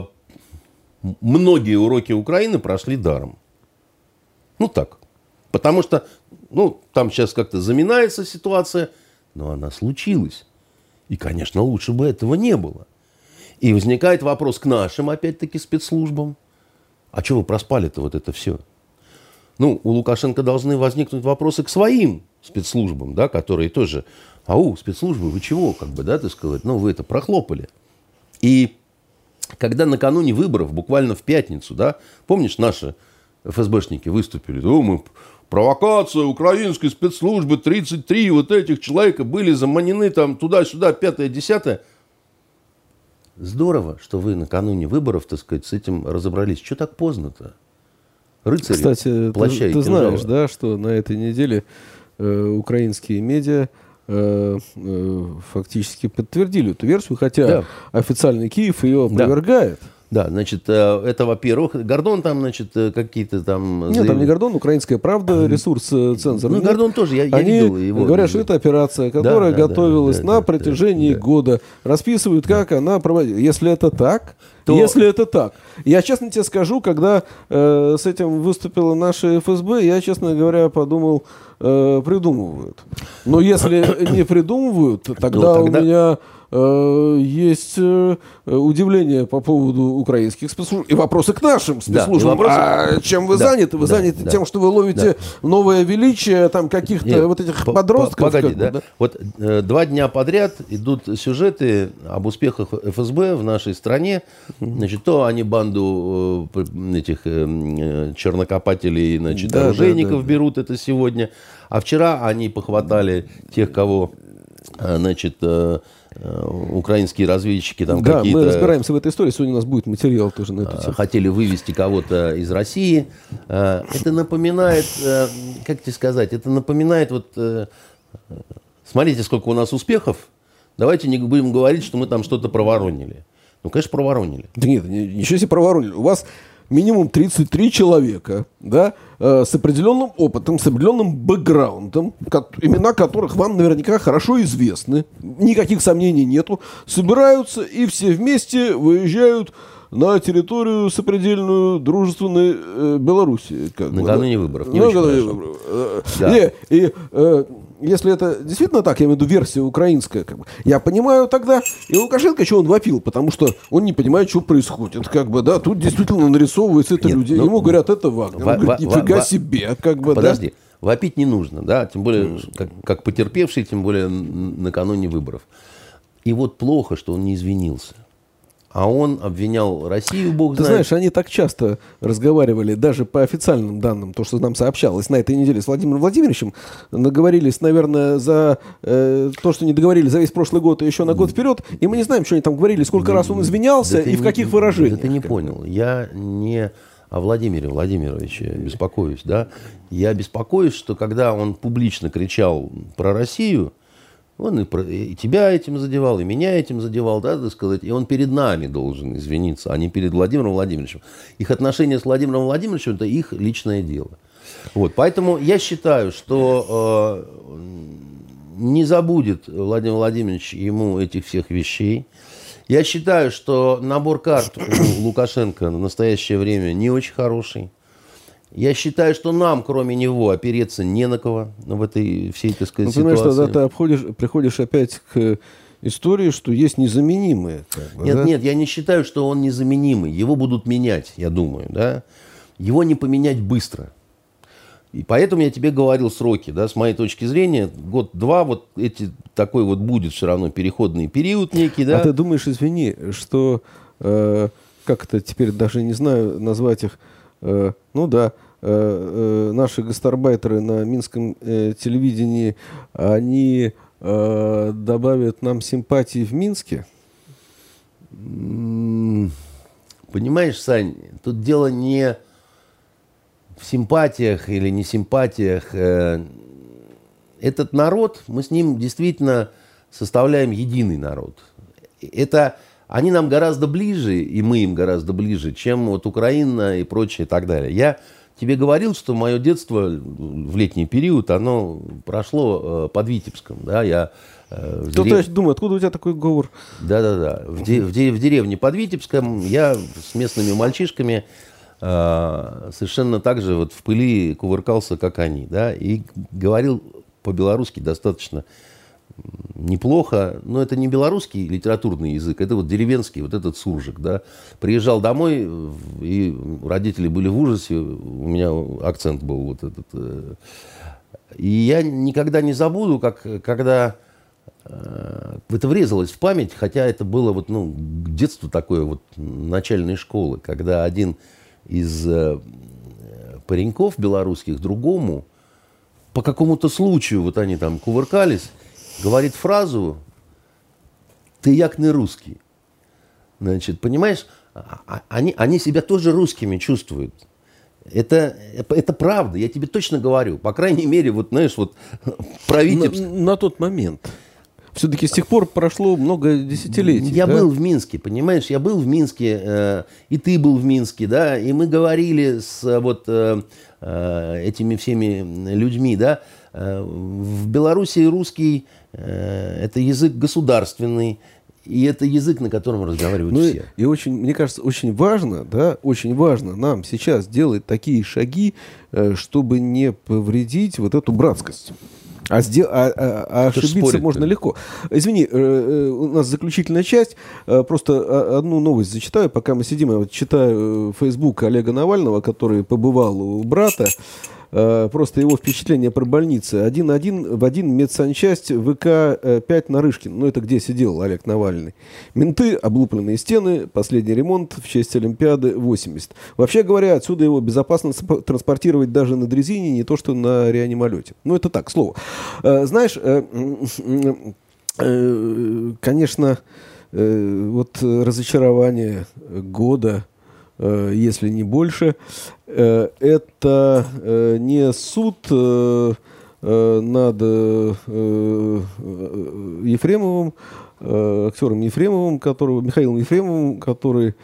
многие уроки Украины прошли даром. Ну так. Потому что, ну, там сейчас как-то заминается ситуация, но она случилась. И, конечно, лучше бы этого не было. И возникает вопрос к нашим, опять-таки, спецслужбам. А что вы проспали-то вот это все? Ну, у Лукашенко должны возникнуть вопросы к своим спецслужбам, да, которые тоже, ау, спецслужбы, вы чего, как бы, да, так сказать, ну, вы это прохлопали. И когда накануне выборов, буквально в пятницу, да, помнишь, наши эф эс бэшники выступили, да, мы, провокация украинской спецслужбы, тридцать три вот этих человека были заманены там туда-сюда, пятое, десятое. Здорово, что вы накануне выборов, так сказать, с этим разобрались. Что так поздно-то? Рыцари, кстати, плаща ты, и ты знаешь, кинжала. да, что на этой неделе э, украинские медиа э, э, фактически подтвердили эту версию, хотя Да. официальный Киев ее опровергает. Да, значит, это, во-первых, Гордон там, значит, какие-то там... Нет, там не Гордон, «Украинская правда», ресурс «Цензор». Ну, Гордон тоже, я, я Они видел его. говорят, что это операция, которая да, да, готовилась да, на да, протяжении да, года. Расписывают, как да. она проводилась. Если это так, то... если это так. Я честно тебе скажу, когда э, с этим выступила наша эф эс бэ, я, честно говоря, подумал, э, придумывают. Но если не придумывают, тогда, ну, тогда... у меня... есть удивление по поводу украинских спецслужб и вопросы к нашим спецслужбам. Да, вопросы... А чем вы да, заняты? Вы да, заняты да. тем, что вы ловите да. новое величие там каких-то Нет, вот этих подростков? Погоди, да? да? Вот э, два дня подряд идут сюжеты об успехах эф эс бэ в нашей стране. Значит, то они банду э, этих э, чернокопателей, значит, да, оружейников да, да, берут, да. это сегодня. А вчера они похватали тех, кого, э, значит... Э, украинские разведчики там да, какие-то... мы разбираемся в этой истории. Сегодня у нас будет материал тоже на эту тему. Хотели вывести кого-то из России. Это напоминает, как тебе сказать, это напоминает вот... Смотрите, сколько у нас успехов. Давайте не будем говорить, что мы там что-то проворонили. Ну, конечно, проворонили. Да нет, ничего себе проворонили. У вас... минимум тридцать три человека, да, э, с определенным опытом, с определенным бэкграундом, ко- имена которых вам наверняка хорошо известны, никаких сомнений нету, собираются и все вместе выезжают на территорию сопредельную дружественной э, Белоруссии. Как накануне бы, выборов. Не накануне выборов. Э, да. и, и, э, если это действительно так, я имею в виду версия украинская, как бы, я понимаю тогда и Лукашенко, что он вопил, потому что он не понимает, что происходит. Как бы, да, тут действительно нарисовывается это люди. Ну, ему говорят, это Вагнер. Он говорит, нифига себе. Как бы, подожди, да? Вопить не нужно, да, тем более, как, как потерпевший, тем более накануне выборов. И вот плохо, что он не извинился. А он обвинял Россию, бог Ты знает. знаешь, они так часто разговаривали, даже по официальным данным, то, что нам сообщалось на этой неделе с Владимиром Владимировичем, наговорились, наверное, за э, то, что не договорились за весь прошлый год и еще на год вперед, и мы не знаем, что они там говорили, сколько раз он извинялся да и в не, каких выражениях. Да ты не понял. Я не о Владимире Владимировиче беспокоюсь, да. Я беспокоюсь, что когда он публично кричал про Россию, Он и, про, и тебя этим задевал, и меня этим задевал, да, так сказать. И он перед нами должен извиниться, а не перед Владимиром Владимировичем. Их отношения с Владимиром Владимировичем – это их личное дело. Вот, поэтому я считаю, что э, не забудет Владимир Владимирович ему этих всех вещей. Я считаю, что набор карт у Лукашенко в настоящее время не очень хороший. Я считаю, что нам, кроме него, опереться не на кого в этой всей, так сказать, ну, понимаешь, ситуации. Тогда ты обходишь, приходишь опять к истории, что есть незаменимые. Как бы, нет, да? нет, я не считаю, что он незаменимый. Его будут менять, я думаю, да. Его не поменять быстро. И поэтому я тебе говорил сроки, да, с моей точки зрения, год-два, вот эти, такой вот будет все равно переходный период некий, да. А ты думаешь, извини, что, э, как это теперь даже не знаю назвать их, э, ну да, э, э, наши гастарбайтеры на минском э, телевидении, они э, добавят нам симпатии в Минске? Понимаешь, Сань, тут дело не в симпатиях или не симпатиях. Этот народ, мы с ним действительно составляем единый народ. Это, они нам гораздо ближе, и мы им гораздо ближе, чем вот Украина и прочее и так далее. Я тебе говорил, что мое детство в летний период, оно прошло под Витебском. Да, я в Кто-то дерев... думает, откуда у тебя такой говор? Да-да-да. В, де... в, де... в деревне под Витебском я с местными мальчишками э, совершенно так же вот в пыли кувыркался, как они. Да, и говорил по-белорусски достаточно неплохо, но это не белорусский литературный язык, это вот деревенский, вот этот суржик, да. Приезжал домой, и родители были в ужасе, у меня акцент был вот этот. И я никогда не забуду, как, когда это врезалось в память, хотя это было вот, ну, детство такое вот начальной школы, когда один из пареньков белорусских другому по какому-то случаю, вот они там кувыркались, говорит фразу «ты як не русский». Значит, понимаешь, они, они себя тоже русскими чувствуют. Это, это правда, я тебе точно говорю. По крайней мере, вот, знаешь, вот про Витебск. На, на тот момент. Все-таки с тех пор прошло много десятилетий. Я да? был в Минске, понимаешь, я был в Минске, э, и ты был в Минске, да, и мы говорили с вот э, э, этими всеми людьми, да. Э, в Белоруссии русский э, это язык государственный, и это язык, на котором разговаривают ну все. И, и очень, мне кажется, очень важно, да, очень важно нам сейчас делать такие шаги, э, чтобы не повредить вот эту братскость. А, сдел... а, а, а ошибиться спорит, можно да. легко. Извини, э, э, у нас заключительная часть. Э, просто одну новость зачитаю, пока мы сидим. Я вот читаю Facebook Олега Навального, который побывал у брата. Э, просто его впечатление про больницы. Один-один в один медсанчасть ВК пять Нарышкин. Ну, это где сидел Олег Навальный. Менты, облупленные стены, последний ремонт в честь Олимпиады восемьдесят. Вообще говоря, отсюда его безопасно транспортировать даже на дрезине, не то что на реанимолете. Ну, это так, к слову. Э, знаешь, э, э, конечно, э, вот разочарование года, если не больше, это не суд над Ефремовым, актером Ефремовым, которого, Михаилом Ефремовым, который,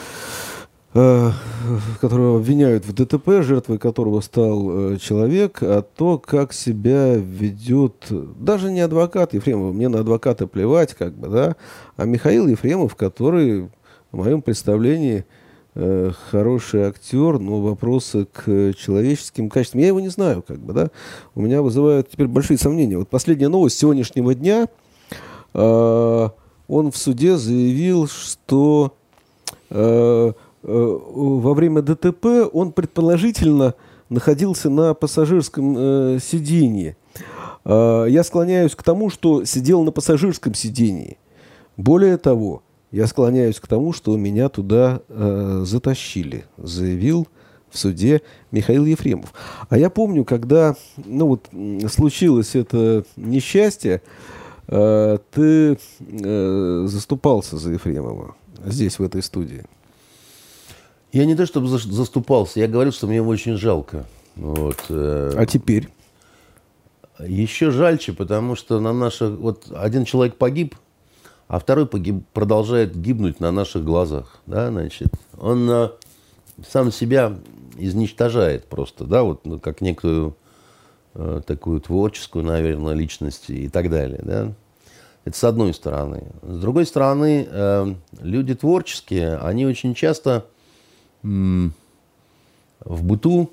которого обвиняют в ДТП, жертвой которого стал человек, а то, как себя ведет даже не адвокат Ефремов, мне на адвоката плевать, как бы, да, а Михаил Ефремов, который, в моем представлении, хороший актер, но вопросы к человеческим качествам. Я его не знаю, как бы, да. У меня вызывают теперь большие сомнения. Вот последняя новость сегодняшнего дня. Э, он в суде заявил, что э, э, во время ДТП он предположительно находился на пассажирском э, сиденье. Э, я склоняюсь к тому, что сидел на пассажирском сиденье. Более того, я склоняюсь к тому, что меня туда э, затащили, заявил в суде Михаил Ефремов. А я помню, когда ну, вот, случилось это несчастье, э, ты э, заступался за Ефремова здесь, в этой студии. Я не то чтобы заступался, я говорил, что мне его очень жалко. Вот, э, а теперь? Еще жальче, потому что на наших... Вот один человек погиб, а второй погиб, продолжает гибнуть на наших глазах. Да, значит, он а, сам себя изничтожает просто, да, вот ну, как некую а, такую творческую, наверное, личность и так далее, да. Это с одной стороны. С другой стороны, а, люди творческие, они очень часто м- в быту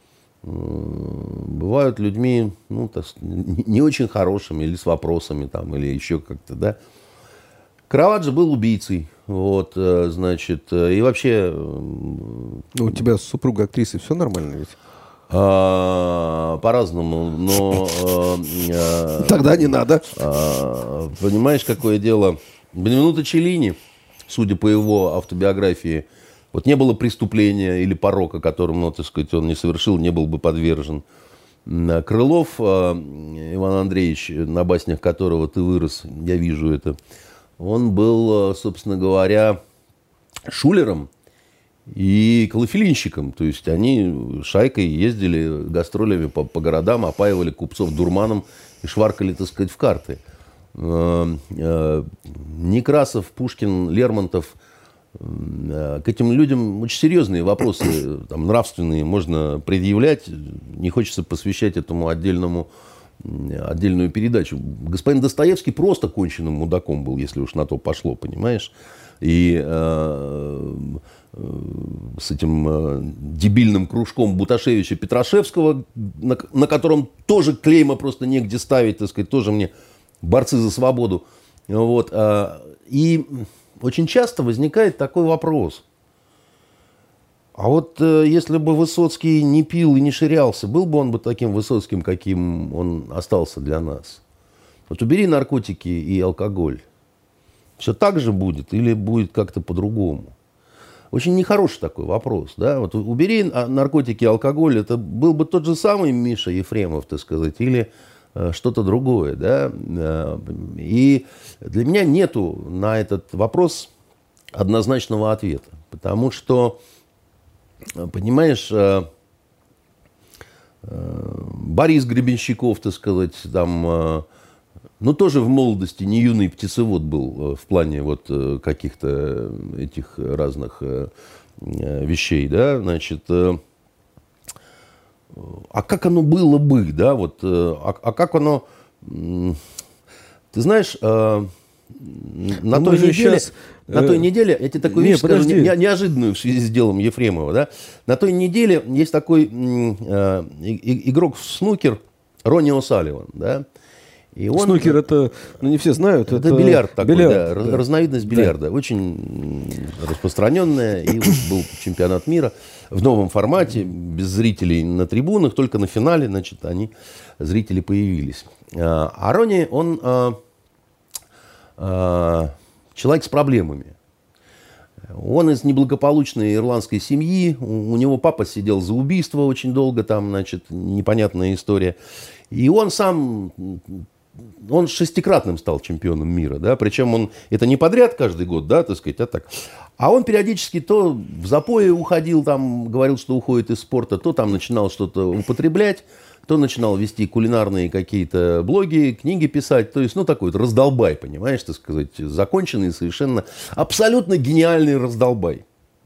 бывают людьми, ну, так, не очень хорошими, или с вопросами, там, или еще как-то, да. Караваджо был убийцей, вот, значит, и вообще... Ну, у тебя с супругой актрисы все нормально ведь? А, по-разному, но... А, Тогда не надо. А, понимаешь, какое дело? Бенвенуто Челлини, судя по его автобиографии, вот не было преступления или порока, которым, ну, так сказать, он не совершил, не был бы подвержен. Крылов Иван Андреевич, на баснях которого ты вырос, я вижу это, он был, собственно говоря, шулером и клофелинщиком. То есть они шайкой ездили гастролями по, по городам, опаивали купцов дурманом и шваркали, так сказать, в карты. Некрасов, Пушкин, Лермонтов. К этим людям очень серьезные вопросы, там, нравственные, можно предъявлять. Не хочется посвящать этому отдельному, отдельную передачу. Господин Достоевский просто конченным мудаком был, если уж на то пошло, понимаешь? И э, э, с этим э, дебильным кружком Буташевича Петрашевского, на, на котором тоже клейма просто негде ставить, так сказать, тоже мне борцы за свободу. Вот. И очень часто возникает такой вопрос. А вот э, если бы Высоцкий не пил и не ширялся, был бы он бы таким Высоцким, каким он остался для нас? Вот убери наркотики и алкоголь. Все так же будет или будет как-то по-другому? Очень нехороший такой вопрос. Да? Вот убери наркотики и алкоголь, это был бы тот же самый Миша Ефремов, так сказать, или э, что-то другое. Да? И для меня нету на этот вопрос однозначного ответа. Потому что, понимаешь, Борис Гребенщиков, так сказать, там, ну, тоже в молодости не юный птицевод был в плане вот каких-то этих разных вещей, да, значит, а как оно было бы, да, вот, а, а как оно, ты знаешь, на Но той неделе, сейчас, на той неделе, я тебе такую не, вещь скажу, подожди. не, неожиданную в связи с делом Ефремова, да, на той неделе есть такой э, игрок в снукер Ронни О'Салливан, да. И он, снукер это, ну не все знают, это, это бильярд такой, бильярд, да, да. разновидность бильярда, да. Очень распространенная, и вот был чемпионат мира в новом формате, без зрителей на трибунах, только на финале, значит, они, зрители появились. А Ронни, он а, а, человек с проблемами. Он из неблагополучной ирландской семьи, у, у него папа сидел за убийство очень долго, там, значит, непонятная история. И он сам, он шестикратным стал чемпионом мира, да, причем он, это не подряд каждый год, да, так сказать, а так. А он периодически то в запои уходил, там, говорил, что уходит из спорта, то там начинал что-то употреблять, то начинал вести кулинарные какие-то блоги, книги писать. То есть, ну, такой вот раздолбай, понимаешь, так сказать, законченный, совершенно, абсолютно гениальный раздолбай.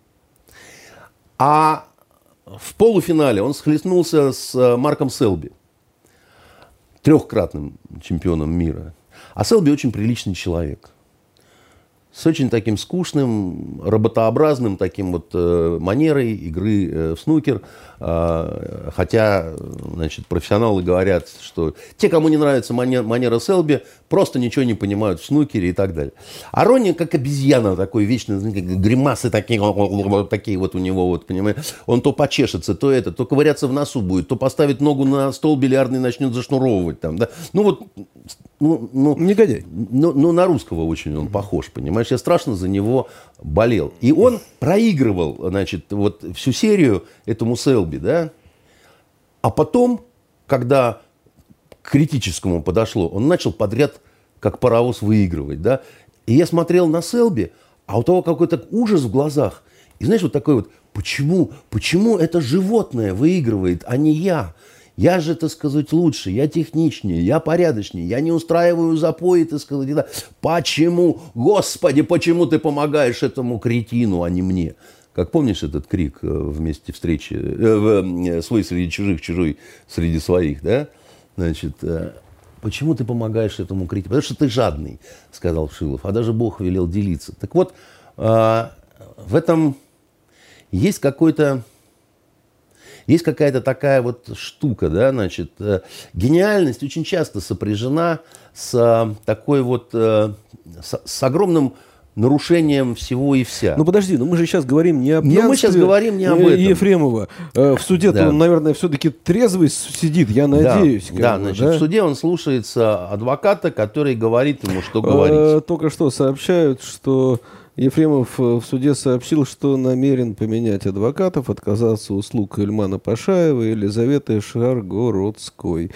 А в полуфинале он схлестнулся с Марком Селби, трехкратным чемпионом мира. А Селби очень приличный человек. С очень таким скучным, роботообразным таким вот э, манерой игры э, в снукер. Э, хотя, значит, профессионалы говорят, что те, кому не нравится манера, манера Селби, просто ничего не понимают в снукере и так далее. А Ронни как обезьяна такой, вечно гримасы такие, такие вот у него, вот, понимаешь. Он то почешется, то это, то ковыряться в носу будет, то поставит ногу на стол бильярдный и начнет зашнуровывать там, да. Ну вот, ну, ну, негодяй. Ну, ну, на русского очень он похож, понимаешь. Я страшно за него болел. И он проигрывал, значит, вот всю серию этому Селби, да. А потом, когда к критическому подошло, он начал подряд, как паровоз, выигрывать, да. И я смотрел на Селби, а у того какой-то ужас в глазах. И знаешь, вот такой вот, почему, почему это животное выигрывает, а не я? Я же, так сказать, лучше, я техничнее, я порядочнее, я не устраиваю запои, так сказать. Да. Почему, Господи, почему ты помогаешь этому кретину, а не мне? Как помнишь этот крик в месте встречи, э, свой среди чужих, чужой среди своих, да? Значит, э, почему ты помогаешь этому кретину? Потому что ты жадный, сказал Шилов, а даже Бог велел делиться. Так вот, э, в этом есть какой-то... Есть какая-то такая вот штука, да, значит, э, гениальность очень часто сопряжена с э, такой вот, э, с, с огромным нарушением всего и вся. Ну подожди, ну мы же сейчас говорим не о пьянстве. Но мы сейчас говорим не об этом. Ефремова. Э, в суде-то да. он, наверное, все-таки трезвый сидит, я надеюсь. Да, да, бы, значит, да? в суде он слушается адвоката, который говорит ему, что говорить. Э, только что сообщают, что... Ефремов в суде сообщил, что намерен поменять адвокатов, отказаться услуг Ильмана Пашаева и Елизаветы Шаргородской.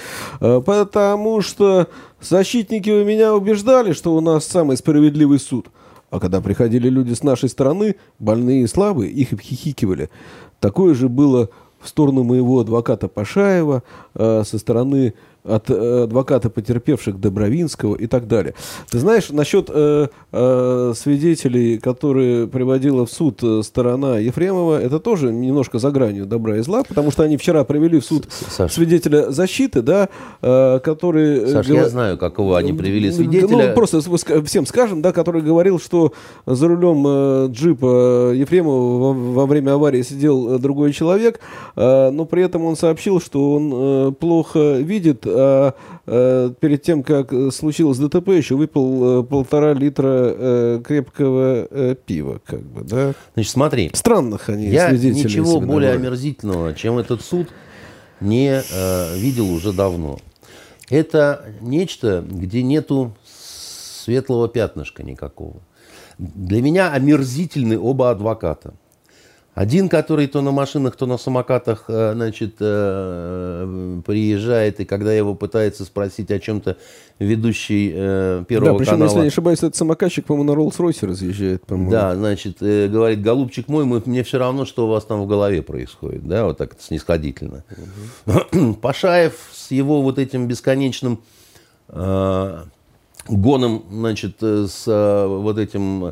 Потому что защитники у меня убеждали, что у нас самый справедливый суд. А когда приходили люди с нашей стороны, больные и слабые, их обхихикивали. Такое же было в сторону моего адвоката Пашаева, со стороны от э, адвоката потерпевших Добровинского и так далее. Ты знаешь, насчет э, э, свидетелей, которые приводила в суд сторона Ефремова, это тоже немножко за гранью добра и зла, потому что они вчера привели в суд Саш, свидетеля защиты, да, э, который... Саш, говор... я знаю, какого они привели свидетеля. Ну, просто всем скажем, да, который говорил, что за рулем э, джипа Ефремова во, во время аварии сидел другой человек, э, но при этом он сообщил, что он э, плохо видит, а, а, перед тем, как случилось ДТП, еще выпил а, полтора литра а, крепкого а, пива, как бы, да? Значит, смотри. Странных они я свидетелей. Я ничего более омерзительного, чем этот суд, не а, видел уже давно. Это нечто, где нету светлого пятнышка никакого. Для меня омерзительны оба адвоката. Один, который то на машинах, то на самокатах, значит, приезжает, и когда его пытается спросить о чем-то ведущий Первого да, причем, канала... если не ошибаюсь, этот самокатчик, по-моему, на Роллс-Ройсе разъезжает, по-моему. Да, значит, говорит, голубчик мой, мне все равно, что у вас там в голове происходит, да, вот так снисходительно. Угу. Пашаев с его вот этим бесконечным э, гоном, значит, с э, вот этим...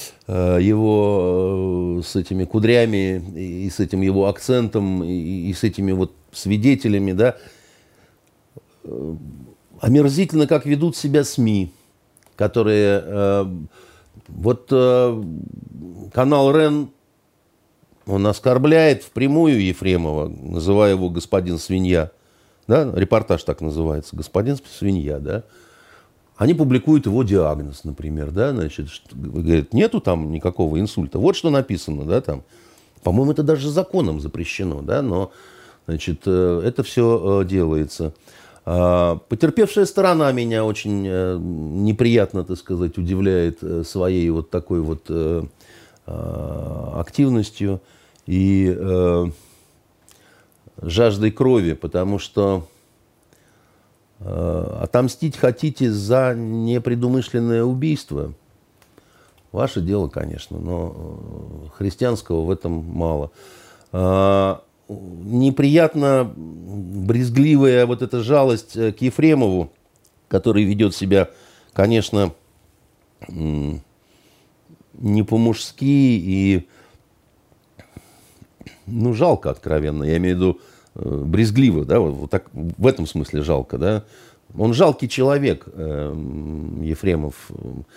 его с этими кудрями и с этим его акцентом и с этими вот свидетелями, да, омерзительно, как ведут себя СМИ, которые вот канал РЕН, он оскорбляет впрямую Ефремова, называя его господин свинья, да, репортаж так называется, господин свинья, да. Они публикуют его диагноз, например, да, значит, говорят, нету там никакого инсульта. Вот что написано, да, там. По-моему, это даже законом запрещено, да, но, значит, это все делается. Потерпевшая сторона меня очень неприятно, так сказать, удивляет своей вот такой вот активностью и жаждой крови, потому что отомстить хотите за непредумышленное убийство. Ваше дело, конечно, но христианского в этом мало. Неприятно брезгливая вот эта жалость к Ефремову, который ведет себя, конечно, не по-мужски и, ну, жалко откровенно. Я имею в виду брезгливо, да, вот так, в этом смысле жалко, да. Он жалкий человек, э, Ефремов.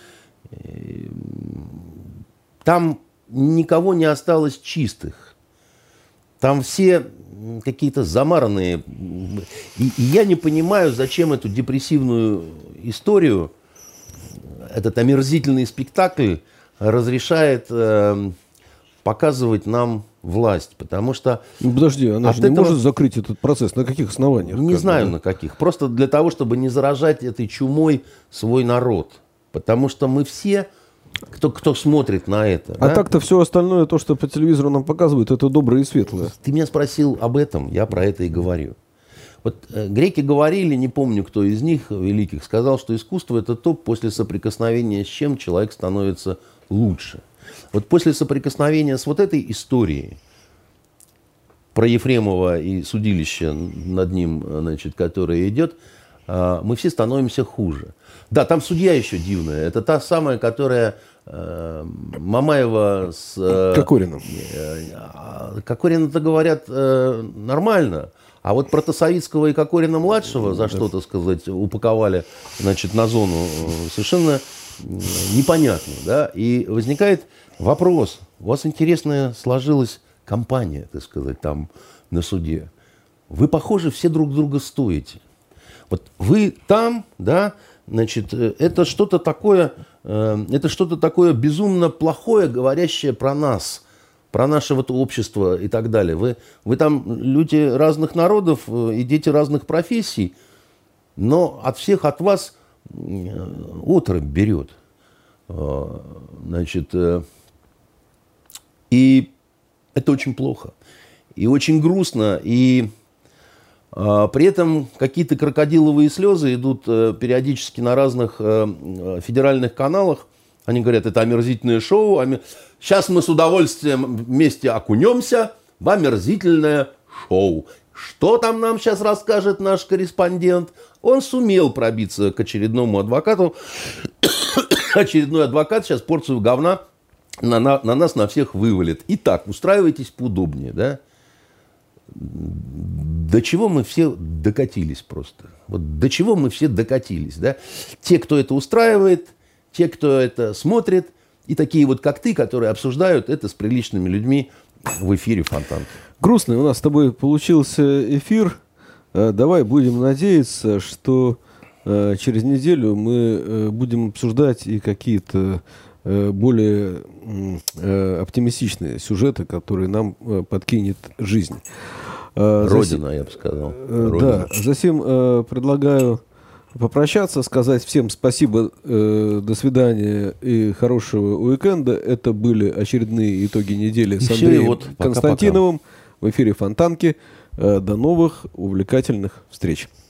Там никого не осталось чистых. Там все какие-то замаранные. И, и я не понимаю, зачем эту депрессивную историю, этот омерзительный спектакль разрешает э, показывать нам власть, потому что... Ну, подожди, она же не этого... может закрыть этот процесс. На каких основаниях? Не знаю, да? На каких. Просто для того, чтобы не заражать этой чумой свой народ. Потому что мы все, кто, кто смотрит на это... А да? так-то все остальное, то, что по телевизору нам показывают, это доброе и светлое. Ты меня спросил об этом, я про это и говорю. Вот э, греки говорили, не помню, кто из них, великих, сказал, что искусство – это то, после соприкосновения с чем человек становится лучше. Вот после соприкосновения с вот этой историей, про Ефремова и судилище над ним, значит, которое идет, мы все становимся хуже. Да, там судья еще дивная. Это та самая, которая э, Мамаева с... Э, Кокориным. Э, Кокорина-то говорят э, нормально. А вот Протасовицкого и Кокорина-младшего за что, так сказать, упаковали, значит, на зону совершенно непонятно. Да? И возникает вопрос. У вас интересная сложилась компания, так сказать, там на суде. Вы, похоже, все друг друга стоите. Вот вы там, да, значит, это что-то такое, это что-то такое безумно плохое, говорящее про нас, про наше вот общество и так далее. Вы, вы там люди разных народов и дети разных профессий, но от всех от вас отрыбь берет. Значит, и это очень плохо, и очень грустно, и при этом какие-то крокодиловые слезы идут периодически на разных федеральных каналах. Они говорят, это омерзительное шоу. Сейчас мы с удовольствием вместе окунемся в омерзительное шоу. Что там нам сейчас расскажет наш корреспондент? Он сумел пробиться к очередному адвокату. Очередной адвокат сейчас порцию говна на, на, на нас, на всех вывалит. Итак, устраивайтесь поудобнее, да? До чего мы все докатились просто. Вот до чего мы все докатились, да? Те, кто это устраивает, те, кто это смотрит, и такие вот, как ты, которые обсуждают это с приличными людьми в эфире Фонтанки. Грустный у нас с тобой получился эфир. Давай будем надеяться, что через неделю мы будем обсуждать и какие-то более оптимистичные сюжеты, которые нам подкинет жизнь. Родина, Засим, я бы сказал. Родина. Да, затем предлагаю попрощаться, сказать всем спасибо, до свидания и хорошего уикенда. Это были очередные итоги недели и с Андреем вот, Константиновым пока-пока. В эфире Фонтанки. До новых увлекательных встреч.